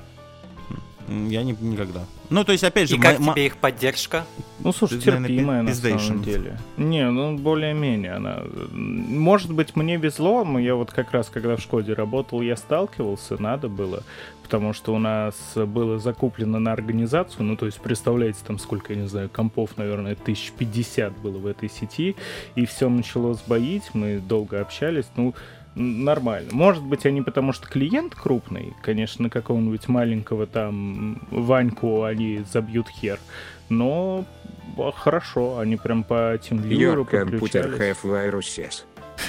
Я не, никогда. Ну, то есть, опять же... И как ма- тебе их поддержка? Ну, слушай, Ты, наверное, терпимая на пиздейшн. самом деле. Не, ну, более-менее она... Может быть, мне везло, но я вот как раз, когда в Шкоде работал, я сталкивался, надо было, потому что у нас было закуплено на организацию, ну, то есть, представляете, там сколько, я не знаю, компов, наверное, тысяч пятьдесят было в этой сети, и все начало сбоить, мы долго общались, ну, нормально. Может быть, они потому что клиент крупный, конечно, какого-нибудь маленького там Ваньку они забьют хер, но хорошо, они прям по TeamViewer Your computer подключались. have viruses.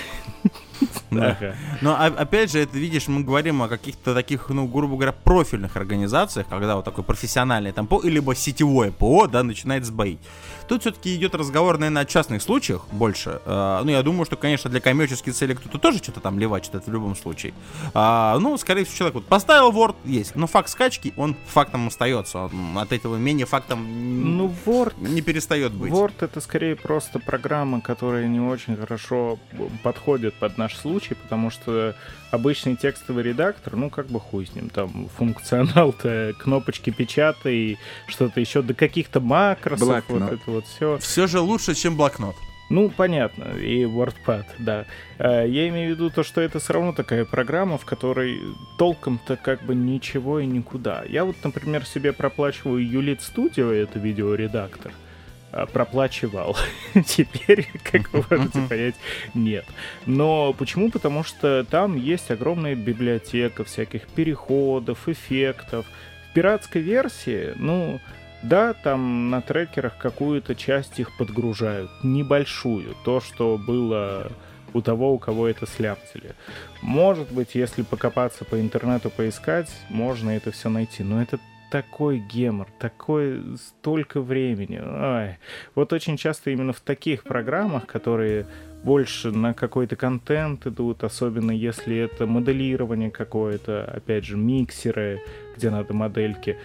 Да. Ага. Но а- опять же, это, видишь, мы говорим о каких-то таких, ну, грубо говоря, профильных организациях, когда вот такой профессиональный там ПО, либо сетевое ПО, да, начинает сбоить. Тут все-таки идет разговор, наверное, о частных случаях больше. А, ну, я думаю, что, конечно, для коммерческих целей кто-то тоже что-то там левачит, это в любом случае. А, ну, скорее всего, человек вот поставил Word, есть, но факт скачки, он фактом остается. Он от этого менее фактом Ну, Word... не перестает быть. Word — это скорее просто программа, которая не очень хорошо подходит под наш случай, потому что обычный текстовый редактор, ну, как бы хуй с ним, там функционал-то, кнопочки печатай, что-то еще, до каких-то макросов, Блокнот. вот это вот все. Все же лучше, чем блокнот. Ну, понятно, и WordPad, да. А, я имею в виду то, что это все равно такая программа, в которой толком-то как бы ничего и никуда. Я вот, например, себе проплачиваю Юлит Studio, это видеоредактор, а, проплачивал. Теперь, как вы можете понять, нет. Но почему? Потому что там есть огромная библиотека всяких переходов, эффектов. В пиратской версии, ну... Да, там на трекерах какую-то часть их подгружают, небольшую, то, что было у того, у кого это сляптили. Может быть, если покопаться по интернету, поискать, можно это все найти, но это такой гемор, такое столько времени. Ай. Вот очень часто именно в таких программах, которые больше на какой-то контент идут, особенно если это моделирование какое-то, опять же, миксеры, где надо модельки.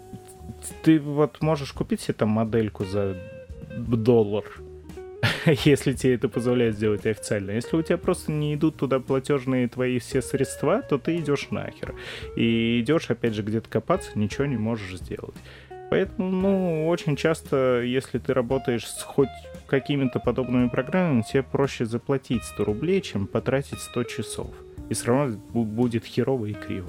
Ты вот можешь купить себе там модельку за доллар, если тебе это позволяет сделать официально. Если у тебя просто не идут туда платежные твои все средства, то ты идешь нахер. И идешь, опять же, где-то копаться, ничего не можешь сделать. Поэтому, ну, очень часто, если ты работаешь с хоть какими-то подобными программами, тебе проще заплатить сто рублей, чем потратить сто часов. И все равно будет херово и криво.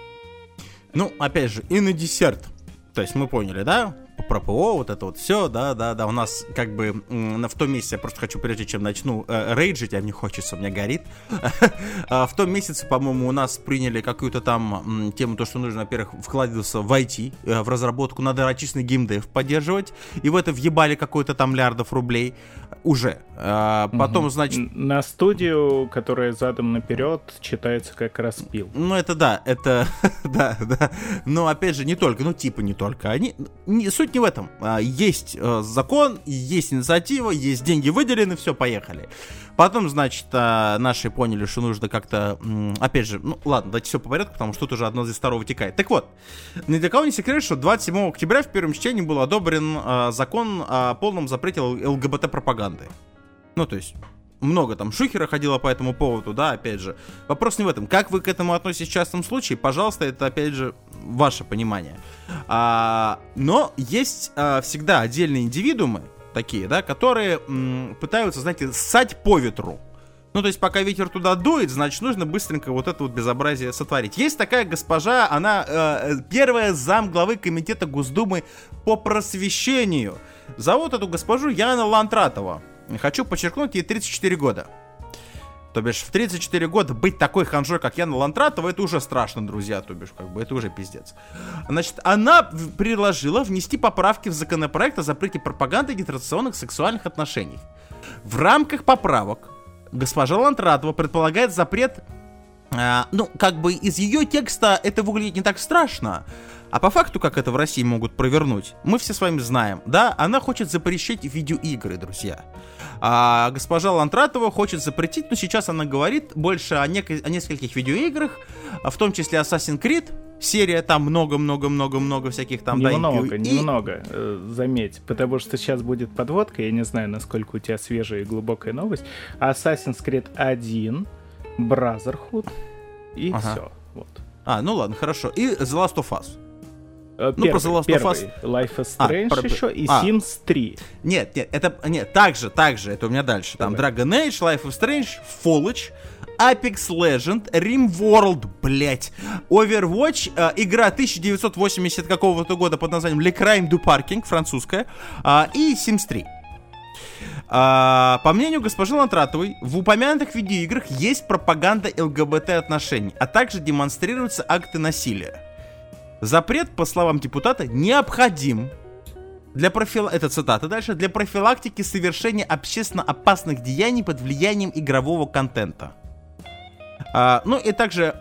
Ну, опять же, и на десерт. То есть мы поняли, да? Про ПО, вот это вот все, да, да, да. У нас как бы м- в том месяце, я просто хочу, прежде чем начну э, рейджить, а мне хочется, у меня горит. В том месяце, по-моему, у нас приняли какую-то там м, тему, то, что нужно, во-первых, вкладываться в ай ти, э, в разработку, надо отечественный геймдев поддерживать, и в это въебали какой-то там миллиардов рублей уже. А, потом, Мгм. значит... На студию, которая задом наперед, читается как распил. Ну, это да, это, да, да. Но, опять же, не только, ну, типа не только. Они, не, суть не в этом. А, есть э, закон, есть инициатива, есть деньги выделены, все, поехали. Потом, значит, а, наши поняли, что нужно как-то, м, опять же, ну, ладно, давайте все по порядку, потому что тут уже одно из второго вытекает. Так вот, ни для кого не секрет, что двадцать седьмого октября в первом чтении был одобрен а, закон о полном запрете ЛГБТ-пропаганды. Ну, то есть... Много там шухера ходило по этому поводу, да, опять же. Вопрос не в этом. Как вы к этому относитесь в частном случае, пожалуйста, это, опять же, ваше понимание. А, но есть а, всегда отдельные индивидуумы, такие, да, которые м, пытаются, знаете, ссать по ветру. Ну, то есть, пока ветер туда дует, значит, нужно быстренько вот это вот безобразие сотворить. Есть такая госпожа, она э, первая зам главы комитета Госдумы по просвещению. Зовут эту госпожу Яна Лантратова. Хочу подчеркнуть, ей тридцать четыре года. То бишь, в тридцать четыре года быть такой ханжой, как Яна Лантратова, это уже страшно, друзья, то бишь, как бы, это уже пиздец. Значит, она предложила внести поправки в законопроект о запрете пропаганды нетрадиционных сексуальных отношений. В рамках поправок госпожа Лантратова предполагает запрет, э, ну, как бы из ее текста это выглядит не так страшно, а по факту, как это в России могут провернуть, мы все с вами знаем, да, она хочет запрещать видеоигры, друзья. А госпожа Лантратова хочет запретить, но сейчас она говорит больше о, нек- о нескольких видеоиграх, в том числе Assassin's Creed, серия, там много-много-много-много всяких там... Немного, да, и... немного, э, заметь, потому что сейчас будет подводка, я не знаю, насколько у тебя свежая и глубокая новость. Assassin's Creed один, Brotherhood и ага. все. Вот. А, ну ладно, хорошо. И The Last of Us. Ну, первый, просто Last первый, of Us. Life is Strange а, еще и а. Sims три. Нет, нет, это, нет, так же, так же, это у меня дальше. Там Давай. Dragon Age, Life is Strange, Fallout, Apex Legend, RimWorld, блять, Overwatch, э, игра тысяча девятьсот восемьдесят какого-то года под названием Le Crime du Parking, французская, э, и Sims три. Э, по мнению госпожи Лантратовой, в упомянутых видеоиграх есть пропаганда ЛГБТ отношений, а также демонстрируются акты насилия. Запрет, по словам депутата, необходим для профил... это цитата дальше, для профилактики совершения общественно опасных деяний под влиянием игрового контента. А, ну и также,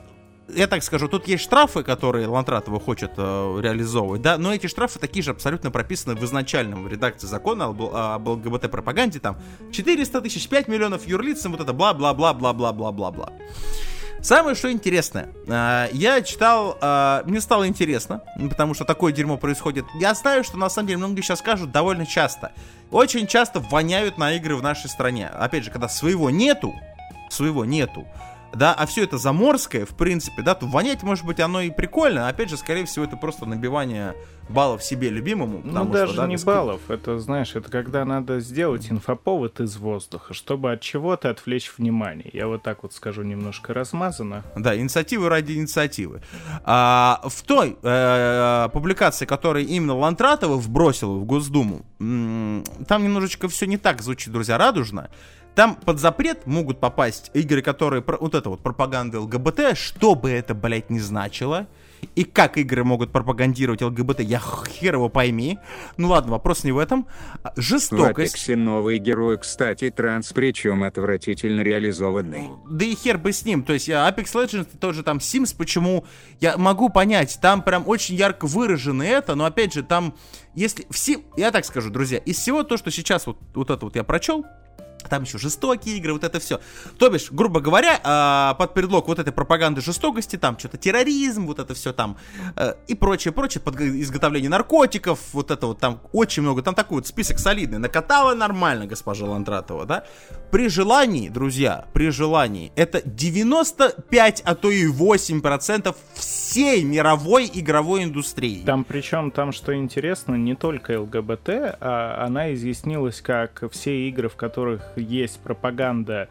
я так скажу, тут есть штрафы, которые Лантратова хочет э, реализовывать, да, но эти штрафы такие же абсолютно прописаны в изначальном редакции закона об, об ЛГБТ-пропаганде, там четыреста тысяч, пять миллионов юрлицам, вот это бла-бла-бла-бла-бла-бла-бла-бла. Самое, что интересное, э, я читал, э, мне стало интересно, потому что такое дерьмо происходит. Я знаю, что на самом деле многие сейчас скажут довольно часто. Очень часто воняют на игры в нашей стране. Опять же, когда своего нету, своего нету, да, а все это заморское, в принципе, да, то вонять, может быть, оно и прикольно, опять же, скорее всего, это просто набивание баллов себе любимому. Ну, даже что, да, не госп... баллов, это, знаешь, это когда надо сделать инфоповод из воздуха, чтобы от чего-то отвлечь внимание. Я вот так вот скажу, немножко размазано. Да, инициативы ради инициативы. А, в той э, публикации, которую именно Лантратова вбросила в Госдуму, м- там немножечко все не так звучит, друзья, радужно. Там под запрет могут попасть игры, которые... Вот это вот пропаганда ЛГБТ, что бы это, блядь, не значило. И как игры могут пропагандировать ЛГБТ, я хер его пойми. Ну ладно, вопрос не в этом. Жестокость. В Апексе новый герой, кстати, транс, причем отвратительно реализованный. Да и хер бы с ним. То есть Apex Legends, тоже там Sims, почему... Я могу понять, там прям очень ярко выражено это, но опять же, там... Если все... Я так скажу, друзья, из всего то, что сейчас вот, вот это вот я прочел, там еще жестокие игры, вот это все. То бишь, грубо говоря, э, под предлог вот этой пропаганды жестокости, там что-то терроризм, вот это все там, э, и прочее, прочее, под изготовление наркотиков, вот это вот там очень много, там такой вот список солидный. Накатала нормально госпожа Лантратова, да? При желании, друзья, при желании, это девяносто пять, а то и восемь процентов всей мировой игровой индустрии. Там причем, там что интересно, не только ЛГБТ, а она изъяснилась как все игры, в которых есть пропаганда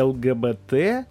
ЛГБТ,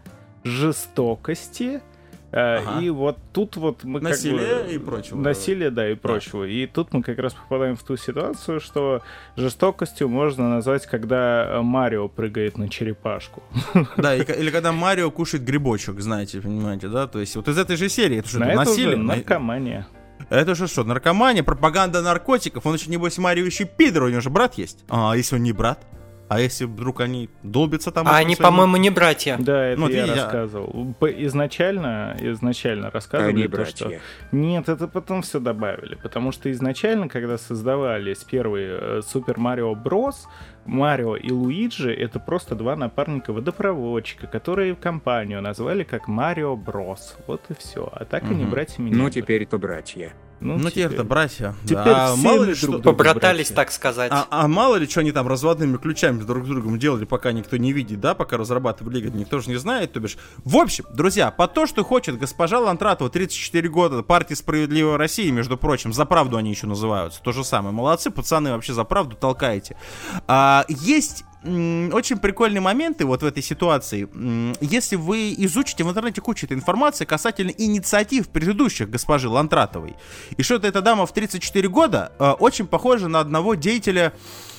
жестокости, ага. И вот тут вот мы насилие как бы... и прочего. Насилие, да, и прочего. Да. И тут мы как раз попадаем в ту ситуацию, что жестокостью можно назвать, когда Марио прыгает на черепашку. Да, или когда Марио кушает грибочек, знаете, понимаете, да? То есть вот из этой же серии. Это что, это насилие? Уже наркомания. Это же что, наркомания, пропаганда наркотиков? Он еще, небось, Марио еще пидор, у него же брат есть. А если он не брат? А если вдруг они долбятся там... А они, своим... по-моему, не братья. Да, это ну, я видите, рассказывал. Изначально, изначально рассказывали они то, братья. Что... Нет, это потом все добавили. Потому что изначально, когда создавались первые Super Mario Bros., Марио и Луиджи — это просто два напарника-водопроводчика, которые компанию назвали как Mario Bros. Вот и все. А так угу. они братьями не Ну, были. Теперь-то братья. Ну, ну теперь-то братья. Теперь да. все мало ли друг что... Побратались, так сказать. А, а мало ли что они там разводными ключами друг с другом делали, пока никто не видит, да, пока разрабатывали игры, никто же не знает, то бишь. В общем, друзья, по то, что хочет госпожа Лантратова, тридцать четыре года, партия «Справедливая Россия», между прочим, за правду они еще называются, то же самое. Молодцы, пацаны, вообще за правду толкаете. А, есть м, очень прикольные моменты вот в этой ситуации. М, Если вы изучите в интернете кучу этой информации касательно инициатив предыдущих госпожи Лантратовой, и что-то эта дама в тридцать четыре года э, очень похожа на одного деятеля,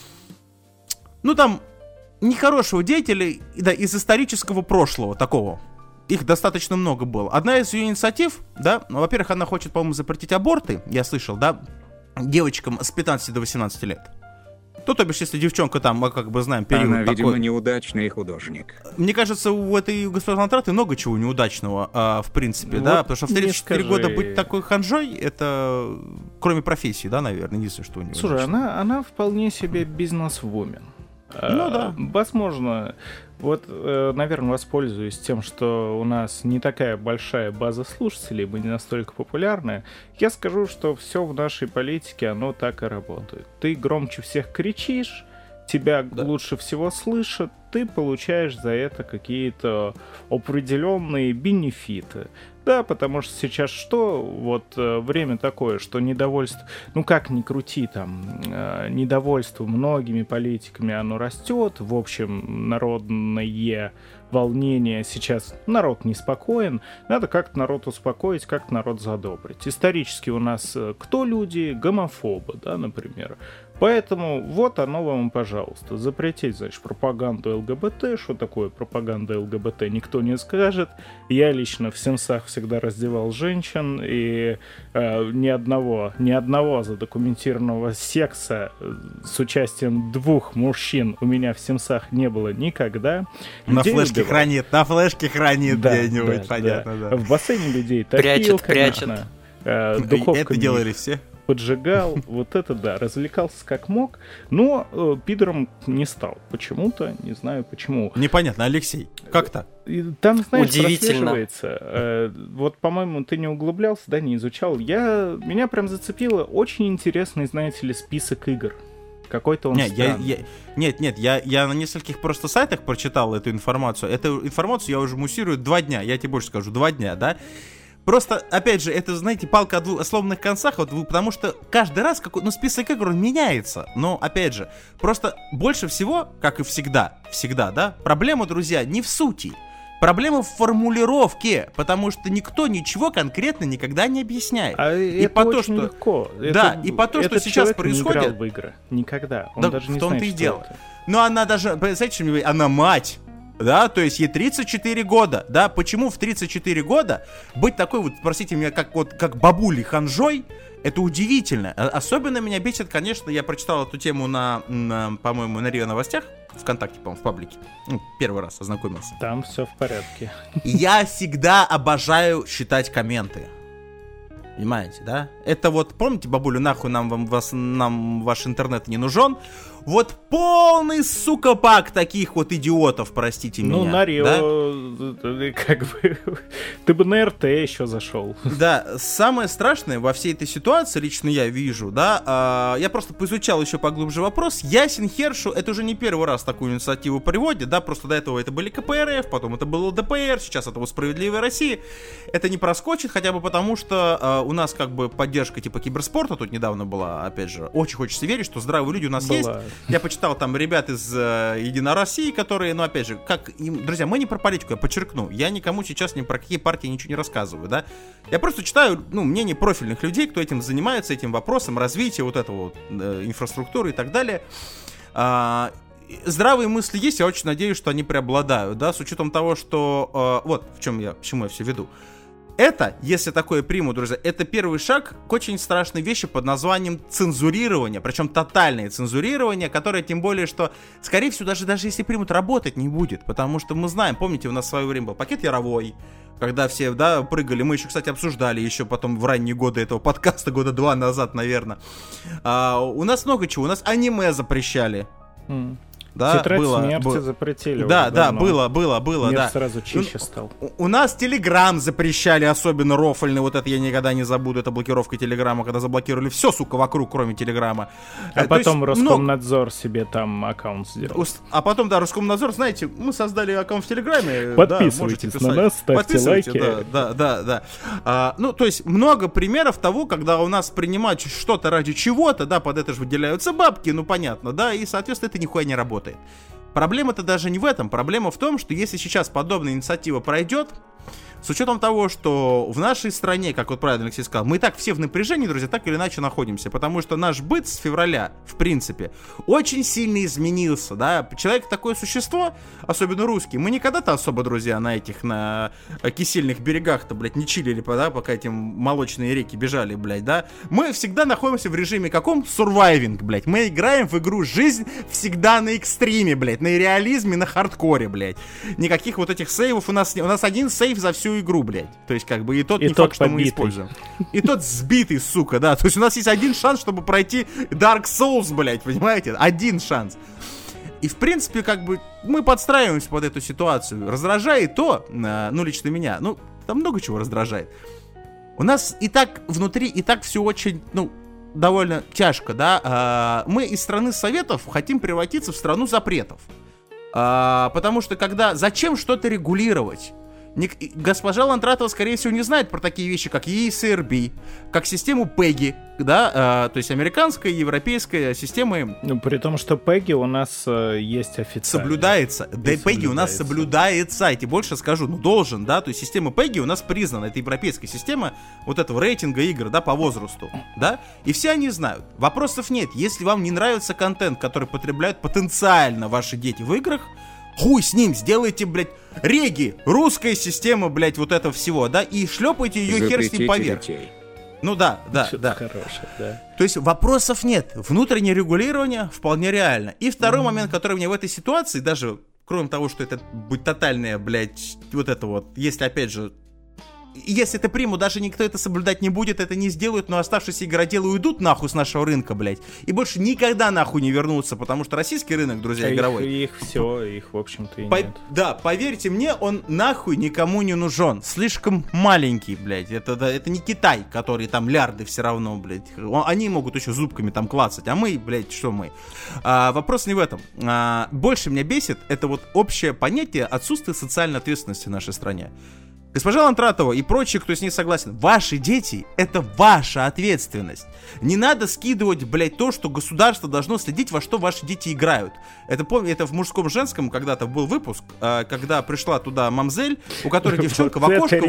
ну там, нехорошего деятеля, да, из исторического прошлого такого. Их достаточно много было. Одна из ее инициатив, да, ну, во-первых, она хочет, по-моему, запретить аборты, я слышал, да, девочкам с пятнадцати до восемнадцати лет. Ну, то бишь, если девчонка там, мы как бы знаем, период Она, такой... видимо, неудачный художник. Мне кажется, у этой госпожи Лантраты много чего неудачного, а, в принципе, Вот да, потому что в тридцать четыре скажи. года быть такой ханжой, это, кроме профессии, да, наверное, единственное, что у нее. Слушай, она, она вполне себе бизнес-вумен. Ну А, да. Возможно, вот, э, наверное, воспользуюсь тем, что у нас не такая большая база слушателей, мы не настолько популярны. Я скажу, что все в нашей политике, оно так и работает. Ты громче всех кричишь, тебя Да. лучше всего слышат, ты получаешь за это какие-то определенные бенефиты. Да, потому что сейчас что? Вот э, время такое, что недовольство, ну как ни крути, там, э, недовольство многими политиками, оно растет. В общем, народное волнение сейчас, народ неспокоен. Надо как-то народ успокоить, как-то народ задобрить. Исторически у нас э, кто люди? Гомофобы, да, например. Поэтому вот оно вам, пожалуйста. Запретить, значит, пропаганду ЛГБТ. Что такое пропаганда ЛГБТ, никто не скажет. Я лично в Симсах всегда раздевал женщин, и э, ни одного, ни одного задокументированного секса с участием двух мужчин у меня в Симсах не было никогда. На Людей флешке убивал. хранит, на флешке хранит Да, где-нибудь, да, понятно, да. да. В бассейне людей топил, Прячет, прячет. конечно. Э, Это духовками делали все. поджигал, вот это да, развлекался как мог, но э, пидором не стал. Почему-то, не знаю почему. Непонятно, Алексей, как так? И там, знаешь, Удивительно. прослеживается, э, вот, по-моему, ты не углублялся, да, не изучал. Я, меня прям зацепило очень интересный, знаете ли, список игр. Какой-то он Не, я, странный. я, нет, нет, я, я на нескольких просто сайтах прочитал эту информацию. Эту информацию я уже муссирую два дня, я тебе больше скажу, два дня, да? Просто, опять же, это, знаете, палка о двух сломанных концах, вот, вы- потому что каждый раз, какой, ну, список игр, он меняется. Но, опять же, просто больше всего, как и всегда, всегда, да, проблема, друзья, не в сути. Проблема в формулировке, потому что никто ничего конкретно никогда не объясняет. А и это по то, очень что- легко. Да, Это- и по то, что этот сейчас человек не происходит- играл в игры. Никогда. Он Да, даже в не том-то знает, и что дело. это. Но она даже, знаете, что мне говорит? Она мать. Да, то есть ей тридцать четыре года, да, почему в тридцать четыре года быть такой вот, простите меня, как вот, как бабулей ханжой, это удивительно. А- Особенно меня бесит, конечно, я прочитал эту тему на, на, по-моему, на РИА Новостях, ВКонтакте, по-моему, в паблике, ну, первый раз ознакомился. Там все в порядке. Я всегда обожаю читать комменты. Понимаете, да? Это вот, помните, бабуля, нахуй нам, вам, вас, нам ваш интернет не нужен? Вот полный, сука, пак таких вот идиотов, простите Ну, меня. на Рио, да? э, как бы, ты бы на РТ еще зашел. Да, самое страшное во всей этой ситуации, лично я вижу, да, а, я просто поизучал еще поглубже вопрос. Ясен Хершу, это уже не первый раз такую инициативу приводит, да, просто до этого это были КПРФ, потом это был ЛДПР, сейчас это вот Справедливая Россия. Это не проскочит, хотя бы потому, что а, у нас как бы поддержка типа киберспорта тут недавно была, опять же, очень хочется верить, что здравые люди у нас Была. есть. Я почитал там ребят из э, Единой России, которые, ну, опять же, как им, друзья, мы не про политику, я подчеркну, я никому сейчас ни про какие партии ничего не рассказываю, да, я просто читаю, ну, мнение профильных людей, кто этим занимается, этим вопросом, развития вот этого вот, э, инфраструктуры и так далее. А, здравые мысли есть, я очень надеюсь, что они преобладают, да, с учетом того, что, э, вот, в чем я, к чему я все веду. Это, если такое приму, друзья, это первый шаг к очень страшной вещи под названием цензурирование, причем тотальное цензурирование, которое, тем более, что, скорее всего, даже, даже если примут, работать не будет, потому что мы знаем, помните, у нас в свое время был пакет Яровой, когда все, да, прыгали, мы еще, кстати, обсуждали еще потом в ранние годы этого подкаста, года два назад, наверное. А, у нас много чего, у нас аниме запрещали. М. Да, Тетрадь было, смерти было. запретили. Да, уже да, давно. было, было, было, Мир да. сразу чище стал. У, у нас Телеграм запрещали, особенно рофольный, вот это я никогда не забуду, это блокировка Телеграма, когда заблокировали все, сука, вокруг, кроме Телеграма. А Э, то потом есть много- Роскомнадзор себе там аккаунт сделал. Ус- А потом, да, Роскомнадзор, знаете, мы создали аккаунт в Телеграме. Подписывайтесь да, можете на писать. нас, ставьте Подписывайте, лайки. Да, да, да, да. А, ну, то есть много примеров того, когда у нас принимать что-то ради чего-то, да, под это же выделяются бабки, ну, понятно, да, и, соответственно, это нихуя не работает. Проблема-то даже не в этом. Проблема в том, что если сейчас подобная инициатива пройдет, с учетом того, что в нашей стране, как вот правильно Алексей сказал, мы и так все в напряжении, друзья, так или иначе находимся, потому что наш быт с февраля, в принципе, очень сильно изменился, да, человек такое существо, особенно русский, мы никогда-то особо, друзья, на этих, на кисельных берегах-то, блядь, не чилили, да, пока эти молочные реки бежали, блядь, да, мы всегда находимся в режиме каком? Сурвайвинг, блядь, мы играем в игру «Жизнь» всегда на экстриме, блядь, на реализме, на хардкоре, блядь, никаких вот этих сейвов у нас, у нас один сейв за всю игру, блядь. То есть, как бы, и тот и не тот факт, что мы используем. И тот сбитый, сука, да. То есть у нас есть один шанс, чтобы пройти Dark Souls, блядь, понимаете? Один шанс. И, в принципе, как бы, мы подстраиваемся под эту ситуацию. Раздражает то, ну, лично меня, ну, там много чего раздражает. У нас и так внутри, и так все очень, ну, довольно тяжко, да. Мы из страны советов хотим превратиться в страну запретов. Потому что когда... Зачем что-то регулировать? Госпожа Ландратова, скорее всего, не знает про такие вещи, как и эс эр би, как систему пеги, да, э, то есть американская и европейская системы. Ну, при том, что пеги у нас э, есть официально. Соблюдается. Да и пеги у нас соблюдается. Я тебе больше скажу, ну, должен, да, то есть система пеги у нас признана, это европейская система вот этого рейтинга игр, да, по возрасту, да, и все они знают. Вопросов нет. Если вам не нравится контент, который потребляют потенциально ваши дети в играх, хуй с ним, сделайте, блядь, реги, русская система, блядь, вот этого всего, да, и шлепайте ее хер с ним поверх. Детей. Ну да, да, Что-то да. Хорошее, да. То есть вопросов нет. Внутреннее регулирование вполне реально. И второй mm-hmm. момент, который мне в этой ситуации, даже кроме того, что это будет тотальное, блядь, вот это вот, если опять же, если это примут, даже никто это соблюдать не будет, это не сделают, но оставшиеся игроделы уйдут нахуй с нашего рынка, блядь, и больше никогда нахуй не вернутся, потому что российский рынок, друзья, а игровой. Их, их все, их, в общем-то, и По- нет. Да, поверьте мне, он нахуй никому не нужен. Слишком маленький, блядь. Это, да, это не Китай, который там лярды все равно, блядь. Он, они могут еще зубками там клацать, а мы, блядь, что мы? А, вопрос не в этом. А, больше меня бесит это вот общее понятие отсутствия социальной ответственности в нашей стране. Госпожа Ландратова и прочие, кто с ней согласен, ваши дети — это ваша ответственность. Не надо скидывать, блядь, то, что государство должно следить, во что ваши дети играют. Это, помню, это в мужском-женском когда-то был выпуск, когда пришла туда мамзель, у которой девчонка в окошко...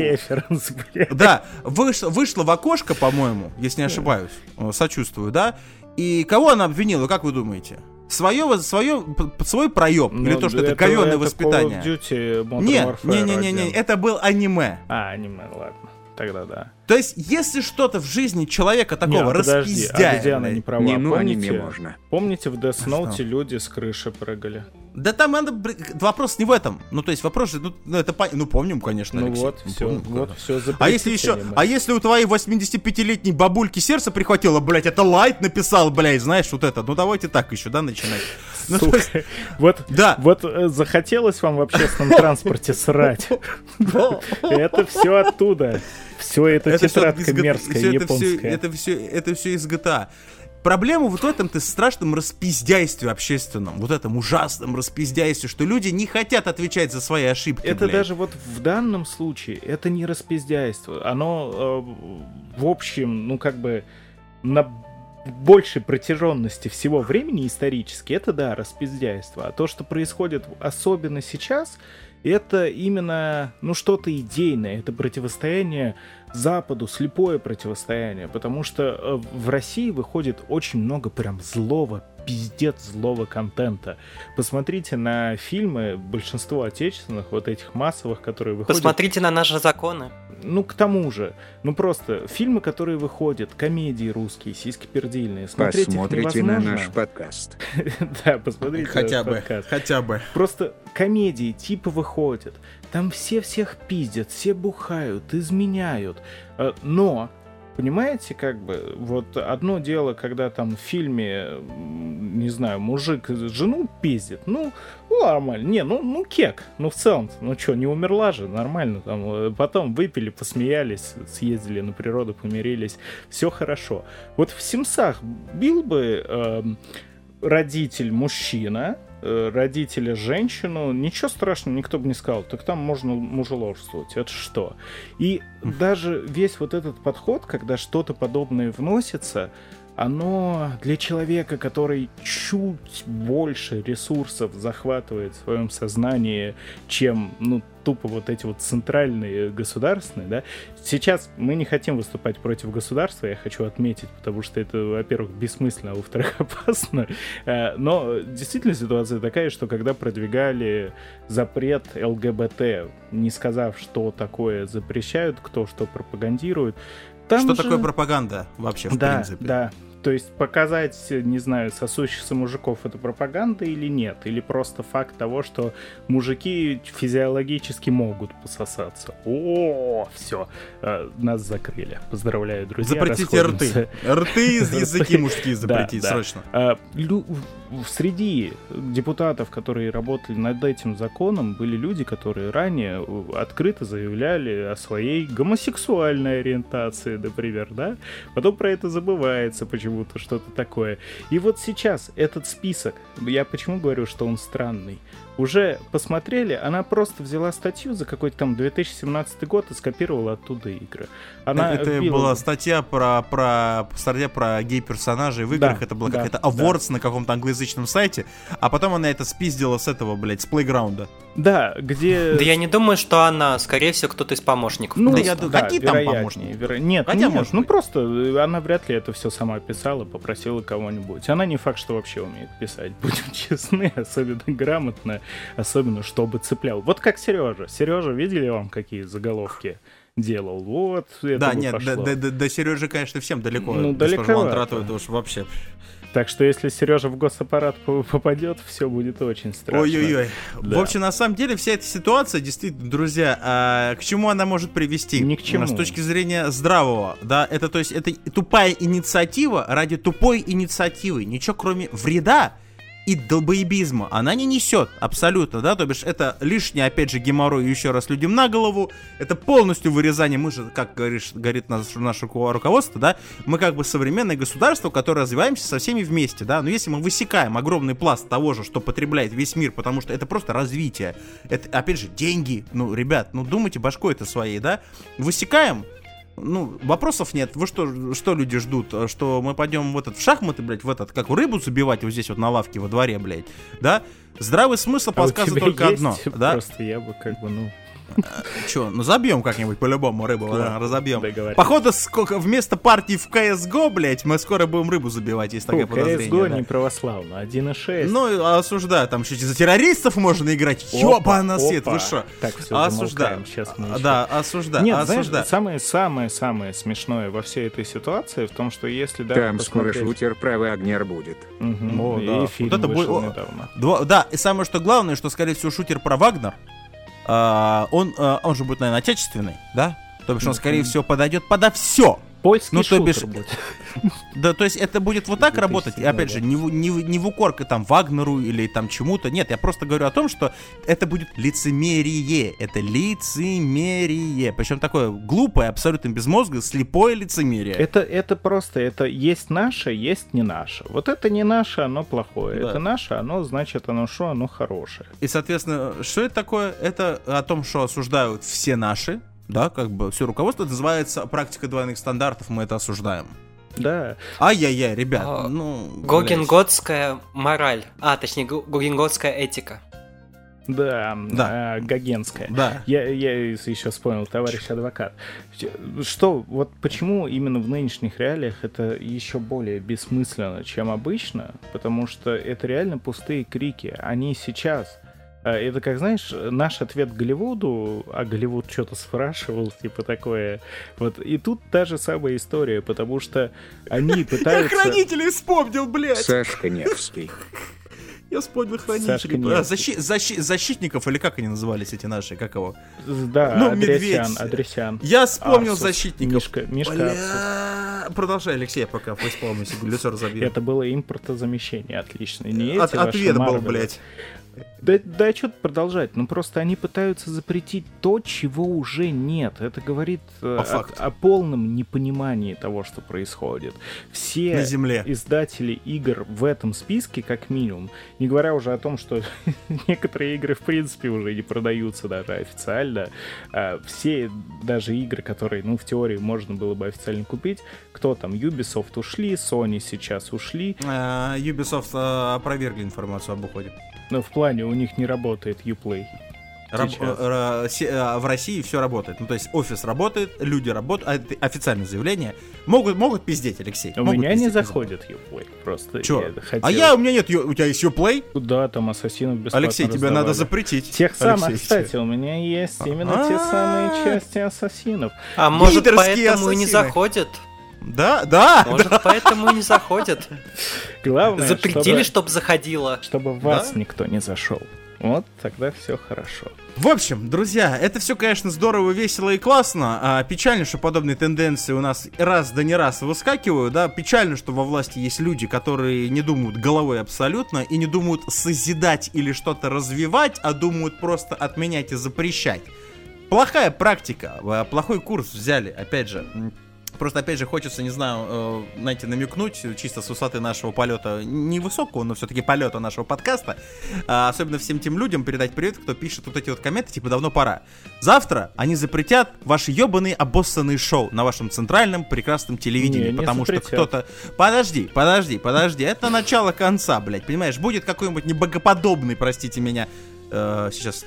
Да, вышла в окошко, по-моему, если не ошибаюсь, сочувствую, да, и кого она обвинила, как вы думаете? Свое, свое, свой проеб, ну, или то, что это, это говёное воспитание. Duty, нет, не, не, не, не, это был аниме. А, аниме, ладно, тогда да. То есть, если что-то в жизни человека такого распиздяя... А где она не права? Не, ну, помните, аниме можно. Помните, в Death Note люди с крыши прыгали? Да там надо... Вопрос не в этом. Ну, то есть, вопрос же... Ну, ну это по... ну помним, конечно, ну, Алексей. Вот, ну, все, помним, вот, все а если еще... аниме. А если у твоей восьмидесятипятилетней бабульки сердце прихватило, блядь, это Лайт написал, блядь, знаешь, вот это. Ну, давайте так еще, да, начинать. Ну, Сука, есть... вот, да. вот э, захотелось вам в общественном транспорте срать. Это все оттуда. Все это тетрадка мерзкая, японская. Это все, это все из джи ти эй. Проблема вот в этом-то страшном распиздяйстве общественном, вот этом ужасном распиздяйстве, что люди не хотят отвечать за свои ошибки. Это блядь. Даже вот в данном случае, это не распиздяйство. Оно, э, в общем, ну как бы на большей протяженности всего времени исторически, это да, распиздяйство. А то, что происходит особенно сейчас, это именно, ну, что-то идейное, это противостояние Западу, слепое противостояние, потому что в России выходит очень много прям злого, пиздец злого контента. Посмотрите на фильмы, большинство отечественных, вот этих массовых, которые выходят... Посмотрите на наши законы. Ну, к тому же. Ну, просто фильмы, которые выходят, комедии русские, сиськи-пердильные, смотреть посмотрите их невозможно. На наш подкаст. Да, посмотрите хотя бы, подкаст. Хотя бы. Просто комедии типа выходят. Там все всех пиздят, все бухают, изменяют. Но, понимаете, как бы, вот одно дело, когда там в фильме, не знаю, мужик жену пиздит, ну, ну нормально. Не, ну, ну кек, ну в целом, ну что, не умерла же, нормально. Там, потом выпили, посмеялись, съездили на природу, помирились, все хорошо. Вот в «Симсах» бил бы э, родитель мужчина, родителя женщину, ничего страшного, никто бы не сказал, так там можно мужеложествовать, это что? И даже весь вот этот подход, когда что-то подобное вносится, оно для человека, который чуть больше ресурсов захватывает в своем сознании, чем, ну, тупо вот эти вот центральные государственные, да. Сейчас мы не хотим выступать против государства, я хочу отметить, потому что это, во-первых, бессмысленно, а во-вторых, опасно. Но действительно ситуация такая, что когда продвигали запрет ЛГБТ, не сказав, что такое запрещают, кто что пропагандирует, там Что же... такое пропаганда вообще, в да, принципе? Да, то есть показать, не знаю, сосущихся мужиков — это пропаганда или нет? Или просто факт того, что мужики физиологически могут пососаться. О, все, нас закрыли. Поздравляю, друзья. Запретите рты. Рты, языки мужские запретить Да, да. срочно. А, лю- Среди депутатов, которые работали над этим законом, были люди, которые ранее открыто заявляли о своей гомосексуальной ориентации, например, да? Потом про это забывается почему-то, что-то такое. И вот сейчас этот список, я почему говорю, что он странный, уже посмотрели, она просто взяла статью за какой-то там две тысячи семнадцатый год и скопировала оттуда игры. Она Это вбила- была статья про, про, статья про гей-персонажей в играх, Да, это была да, какая-то да. Awards на каком-то англоязычном сайте, а потом она это спиздила с этого, блядь, с плейграунда. Да, где... Да я не думаю, что она, скорее всего, кто-то из помощников. Ну, Да просто. я думаю, какие там вероятнее, помощники? веро- Нет, Хотя, нет, может ну быть. просто э, она вряд ли это все сама писала, попросила кого-нибудь. Она не факт, что вообще умеет писать, будем честны, особенно грамотно, особенно чтобы цеплял. Вот как Сережа. Сережа, видели вам, какие заголовки делал? Вот, это Да, бы нет, пошло. до, до, до- до Сережи, конечно, всем далеко. Ну, Госпожа далековато. Ландрату, это уж вообще... Так что если Сережа в госаппарат по- попадет, все будет очень страшно. Ой-ой-ой. Да. В общем, на самом деле, вся эта ситуация, действительно, друзья, а, к чему она может привести? Ни к чему. С точки зрения здравого, да, это, то есть, это тупая инициатива ради тупой инициативы. Ничего, кроме вреда и долбоебизма она не несет абсолютно, да, то бишь это лишнее, опять же, геморрой еще раз людям на голову, это полностью вырезание, мы же, как говоришь, говорит наш, наше руководство, да, мы как бы современное государство, которое развиваемся со всеми вместе, да, но если мы высекаем огромный пласт того же, что потребляет весь мир, потому что это просто развитие, это, опять же, деньги, ну, ребят, ну, думайте башкой это своей, да, высекаем. Ну, вопросов нет. Вы что, что люди ждут? Что мы пойдем в этот в шахматы, блядь, в этот, как рыбу забивать вот здесь вот на лавке во дворе, блядь, да? Здравый смысл А у подсказывает тебя только есть? одно, да? Просто я бы как бы, ну... Че, ну забьем как-нибудь по-любому рыбу, Да, да, разобьем. договорились. Походу, сколько вместо партии в си эс го, блядь, мы скоро будем рыбу забивать, есть такое Фу, си эс го подозрение. да. не православно, один и шесть. Ну, осуждаю, там еще за террористов можно играть. Ёба на свет, вы что? Так, все, Осуждаю. Сейчас мы А, еще- Да, осуждаю, Нет, осуждаю. знаешь, самое-самое-самое смешное во всей этой ситуации в том, что если даже Там скоро посмотреть- шутер про Вагнер будет. Мгм, О, и да. фильм Вот это вышел будет- о, недавно. Два- да, и самое что главное, что, скорее всего, шутер про Вагнер, а, он, а, он же будет, наверное, отечественный, да? То бишь он, скорее всего, подойдет подо все. Польский Ну, то шутер бишь- будет. Да, то есть это будет вот так две тысячи работать, и седьмой, опять да. же, не в, не, в- не в укор к там Вагнеру или там чему-то, нет, я просто говорю о том, что это будет лицемерие, это лицемерие, причем такое глупое, абсолютно безмозглое, слепое лицемерие. Это, это просто, это есть наше, есть не наше. Вот это не наше, оно плохое. Да. Это наше, оно значит, оно что, оно хорошее. И, соответственно, что это такое? Это о том, что осуждают все наши, да, как бы все руководство, это называется практика двойных стандартов, мы это осуждаем. Да. Ай-яй-яй, ребят, А, ну... блядь. Гогенготская мораль. А, точнее, го- гогенготская этика. Да, Да. а, Гогенская. Да. Я, я еще вспомнил, товарищ адвокат. Что, вот почему именно в нынешних реалиях это еще более бессмысленно, чем обычно? Потому что это реально пустые крики. Они сейчас... а, Это, как знаешь, наш ответ Голливуду, а Голливуд что-то спрашивал, типа такое. Вот, и тут та же самая история, потому что они Я пытаются... хранителей вспомнил, блядь! Сашка Невский. Я вспомнил Сашка хранителей. Невский. А, защи- защи- защитников, или как они назывались, эти наши, как его? Да, Ну, Адресян, медведь. Адресян. Я вспомнил Арсус, защитников. Мишка, Мишка Арсус. Бля... Продолжай, Алексей, пока вспомню, лицо разобью. Это было импортозамещение, отлично. Не От- эти ваши ответ был, Марвелы. блядь. Да, да что тут продолжать? Ну просто они пытаются запретить то, чего уже нет. Это говорит э, о, о полном непонимании того, что происходит. Все на земле издатели игр в этом списке, как минимум, не говоря уже о том, что некоторые игры в принципе уже не продаются даже официально. А все даже игры, которые, ну, в теории можно было бы официально купить, кто там, Ubisoft ушли, Sony сейчас ушли. Uh, Ubisoft uh, опровергли информацию об уходе. Но в плане у них не работает Uplay. Раб, э, э, в России все работает. Ну, то есть офис работает, люди работают, а, официальное заявление. Могут, могут пиздеть, Алексей. У могут меня пиздеть, не заходит Uplay. Просто Чё? я хотел... А я, у меня нет, у тебя есть Uplay? Да, там ассасинов бесплатно Алексей, тебе раздавали. надо запретить. Тех самых, Алексей, кстати, у меня есть именно те самые части ассасинов. А может, Гейдерские поэтому и не ассасины. заходит? Да, да. Может, да. поэтому и не заходит. Главное, запретили, чтобы, чтобы заходило. Чтобы в вас Да? никто не зашел. Вот тогда все хорошо. В общем, друзья, это все, конечно, здорово, весело и классно. А печально, что подобные тенденции у нас раз да не раз выскакивают. Да, печально, что во власти есть люди, которые не думают головой абсолютно и не думают созидать или что-то развивать, а думают просто отменять и запрещать. Плохая практика, плохой курс взяли, опять же. Просто, опять же, хочется, не знаю, э, знаете, намекнуть, чисто с высоты нашего полета, невысокого, но все-таки полета нашего подкаста, э, особенно всем тем людям передать привет, кто пишет вот эти вот комменты, типа, давно пора. Завтра они запретят ваши ебаные обоссанные шоу на вашем центральном прекрасном телевидении, не, не потому запретят. что кто-то... Подожди, подожди, подожди, это начало конца, блядь, понимаешь? Будет какой-нибудь небогоподобный, простите меня, сейчас,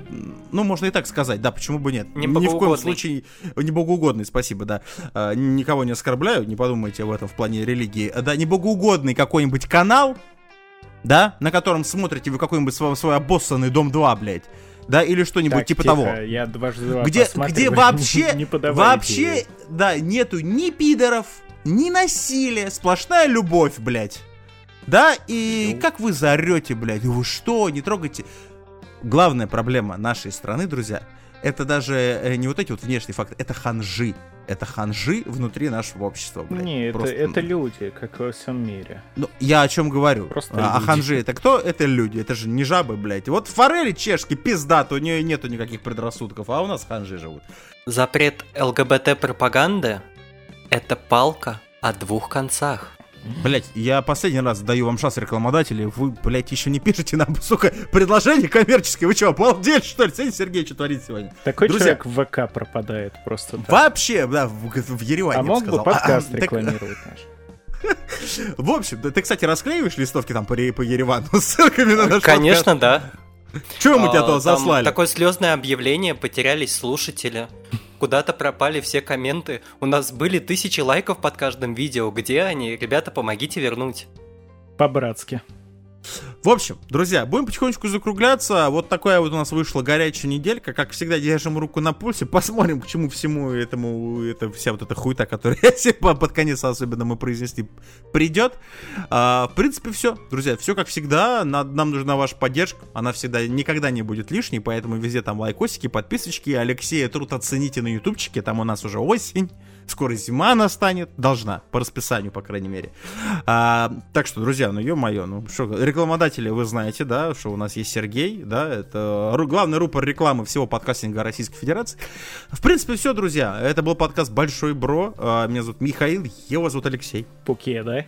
ну, можно и так сказать, да, почему бы нет. Не Ни в коем случае, не богоугодный, спасибо, да. Никого не оскорбляю, не подумайте об этом в плане религии. Да, не богоугодный какой-нибудь канал, да, на котором смотрите вы какой-нибудь свой, свой обоссанный Дом два, блядь, да, или что-нибудь так, типа тихо, того. Я дважды два где, где вообще, не вообще, да, нету ни пидоров, ни насилия, сплошная любовь, блядь. Да, и как вы заорете, блядь, вы что, не трогайте... Главная проблема нашей страны, друзья, это даже не вот эти вот внешние факты, это ханжи. Это ханжи внутри нашего общества, блядь. Не, Просто... это, это люди, как во всем мире. Ну, я о чем говорю? Просто а, а люди. ханжи это кто? Это люди, это же не жабы, блядь. Вот форели чешки, пиздато, у нее нету никаких предрассудков, а у нас ханжи живут. Запрет ЛГБТ-пропаганды – это палка о двух концах. Блять, я последний раз даю вам шанс, рекламодатели. Вы, блять, еще не пишете нам, сука, предложения коммерческие. Вы что, обалдели, что ли? Сергей Сергеевич, что творит сегодня? Такой Друзья, человек в ВК пропадает просто так. Вообще, да, в, в Ереване, а я бы мог сказал. бы подкаст а, рекламировать наш. В общем, ты, кстати, расклеиваешь листовки там по, по Еревану с ссылками на наш Конечно, да. Чего мы тебя А, туда там заслали? Такое слезное объявление, потерялись слушатели. Куда-то пропали все комменты. У нас были тысячи лайков под каждым видео. Где они? Ребята, помогите вернуть. По-братски. В общем, друзья, будем потихонечку закругляться. Вот такая вот у нас вышла горячая неделька. Как всегда, держим руку на пульсе. Посмотрим, к чему всему этому, это вся вот эта хуйта, которая под конец особенно мы произнесли, придет. А, в принципе, все, друзья, все как всегда. Нам нужна ваша поддержка. Она всегда никогда не будет лишней, поэтому везде там лайкосики, подписочки. Алексея труд оцените на ютубчике. Там у нас уже осень. Скоро зима настанет. Должна, по расписанию, по крайней мере. А, так что, друзья, ну ё-моё, ну что, рекламодатели вы знаете, да, что у нас есть Сергей, да, это ру- главный рупор рекламы всего подкастинга Российской Федерации. В принципе, все, друзья. Это был подкаст Большой Бро. А, меня зовут Михаил, его зовут Алексей. Пуке, да?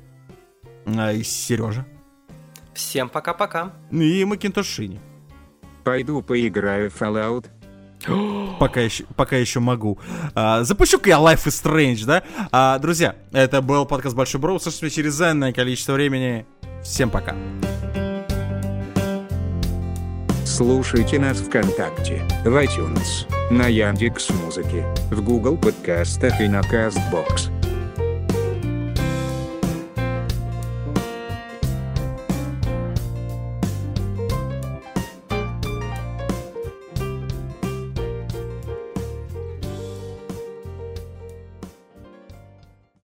А, и Сережа. Всем пока-пока. И Макинтош Шини. Пойду поиграю в Fallout. Пока еще, пока еще могу. А, запущу-ка я Life is Strange, да? А, друзья, это был подкаст Большой Бро. Услышимся через энное количество времени. Всем пока. Слушайте нас ВКонтакте, в iTunes, на Яндекс.Музыке, в Google подкастах и на Castbox.